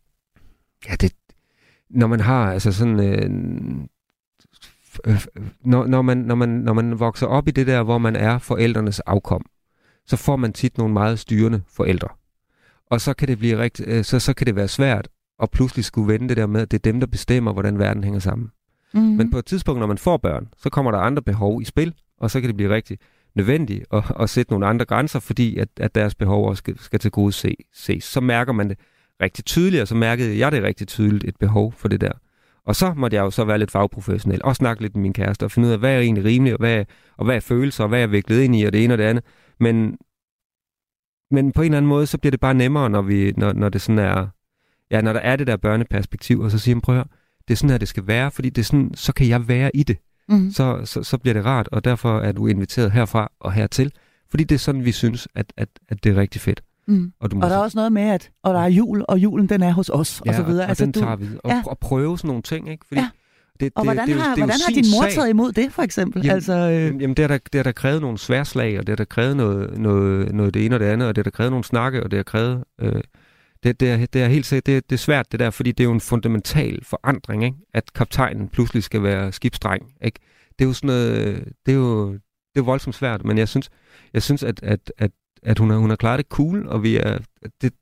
ja, det når man har altså sådan øh, øh, når, når man når man når man vokser op i det der, hvor man er forældrenes afkom, så får man tit nogle meget styrende forældre. Og så kan det blive rigtig øh, så så kan det være svært at pludselig skulle vende det der med, at det er dem, der bestemmer, hvordan verden hænger sammen. Mm-hmm. Men på et tidspunkt, når man får børn, så kommer der andre behov i spil, og så kan det blive rigtig nødvendigt at, at sætte nogle andre grænser, fordi at, at deres behov også skal, skal til gode se, ses. Så mærker man det rigtig tydeligt, og så mærkede jeg det rigtig tydeligt, et behov for det der. Og så måtte jeg jo så være lidt fagprofessionel, og snakke lidt med min kæreste, og finde ud af, hvad er egentlig rimeligt, og hvad, og hvad er følelser, og hvad er viklet ind i, og det ene og det andet. Men, men på en eller anden måde, så bliver det bare nemmere, når, vi, når, når det sådan er, ja, når der er det der børneperspektiv, og så siger man, prøv at høre, det er sådan her, det skal være, fordi det er sådan, så kan jeg være i det. Mm. Så, så, så bliver det rart, og derfor er du inviteret herfra og hertil, fordi det er sådan, vi synes, at, at, at det er rigtig fedt. Mm. Og, du må og der er også noget med, at og der er jul, og julen den er hos os, ja, og så videre. Og, altså, og den du, tager vi, og, ja. og prøve sådan nogle ting, ikke? Fordi ja. det, og det, hvordan det, det, har, det, det, hvordan har din mor taget imod det, for eksempel? Jamen, altså, øh... jamen det, har der, det har der krævet nogle sværslag, og det har der krævet noget, noget, noget det ene og det andet, og det har der krævet nogle snakke, og det har krævet... Øh, det, det, er, det er helt sikkert, det, det er svært det der, fordi det er jo en fundamental forandring, ikke? At kaptajnen pludselig skal være skibsdreng, ikke? Det er jo sådan noget... Det er jo, det er jo voldsomt svært, men jeg synes, jeg synes at, at, at, at hun, har, hun har klaret det cool, og vi er... Det,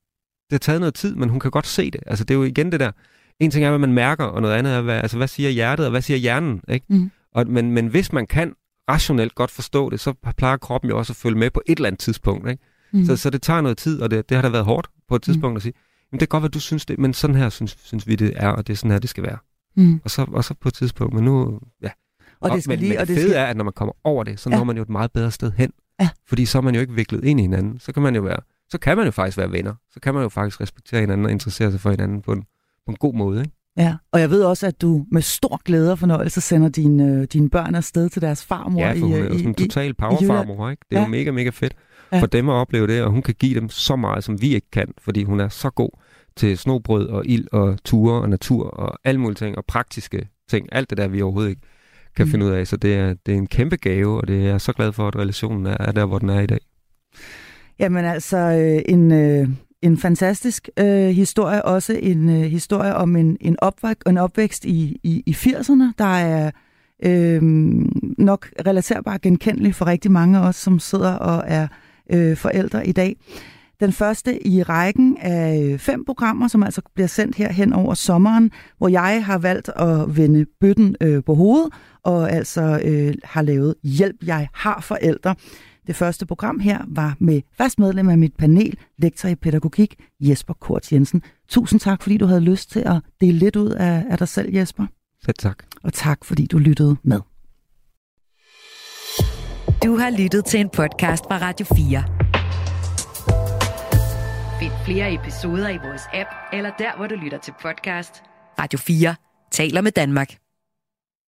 det har taget noget tid, men hun kan godt se det. Altså det er jo igen det der, en ting er, hvad man mærker, og noget andet er, hvad, altså, hvad siger hjertet, og hvad siger hjernen, ikke? Mm. Og, men, men hvis man kan rationelt godt forstå det, så plejer kroppen jo også at følge med på et eller andet tidspunkt, ikke? Mm. Så, så det tager noget tid, og det, det har da været hårdt på et tidspunkt mm. at sige, men det er godt, hvad du synes det, men sådan her synes, synes vi det er, og det er sådan her, det skal være. Mm. Og, så, og så på et tidspunkt, men nu, ja. Og det skal men, lige, men og det det fede skal... er, at når man kommer over det, så ja. når man jo et meget bedre sted hen. Ja. Fordi så er man jo ikke viklet ind i hinanden. Så kan man jo være, så kan man jo faktisk være venner. Så kan man jo faktisk respektere hinanden og interessere sig for hinanden på en, på en god måde, ikke? Ja, og jeg ved også, at du med stor glæde og fornøjelse sender dine, dine børn afsted til deres farmor. Ja, for hun i, er jo sådan en total powerfarmor, ikke? Det er ja. jo mega, mega fedt ja. for dem at opleve det, og hun kan give dem så meget, som vi ikke kan, fordi hun er så god til snobrød og ild og ture og natur og alle mulige ting, og praktiske ting. Alt det der, vi overhovedet ikke kan mm. finde ud af. Så det er, det er en kæmpe gave, og det er jeg så glad for, at relationen er, er der, hvor den er i dag. Jamen altså, en... Øh En fantastisk øh, historie, også en øh, historie om en, en, opvæk- en opvækst i, i, i firserne, der er øh, nok relaterbart genkendelig for rigtig mange af os, som sidder og er øh, forældre i dag. Den første i rækken af fem programmer, som altså bliver sendt her hen over sommeren, hvor jeg har valgt at vende bøtten øh, på hovedet, og altså øh, har lavet Hjælp, jeg har forældre. Det første program her var med fast medlem af mit panel, lektor i pædagogik, Jesper Kort Jensen. Tusind tak, fordi du havde lyst til at dele lidt ud af, af dig selv, Jesper. Selv tak. Og tak, fordi du lyttede med. Du har lyttet til en podcast fra Radio fire. Find flere episoder i vores app, eller der, hvor du lytter til podcast. Radio fire taler med Danmark.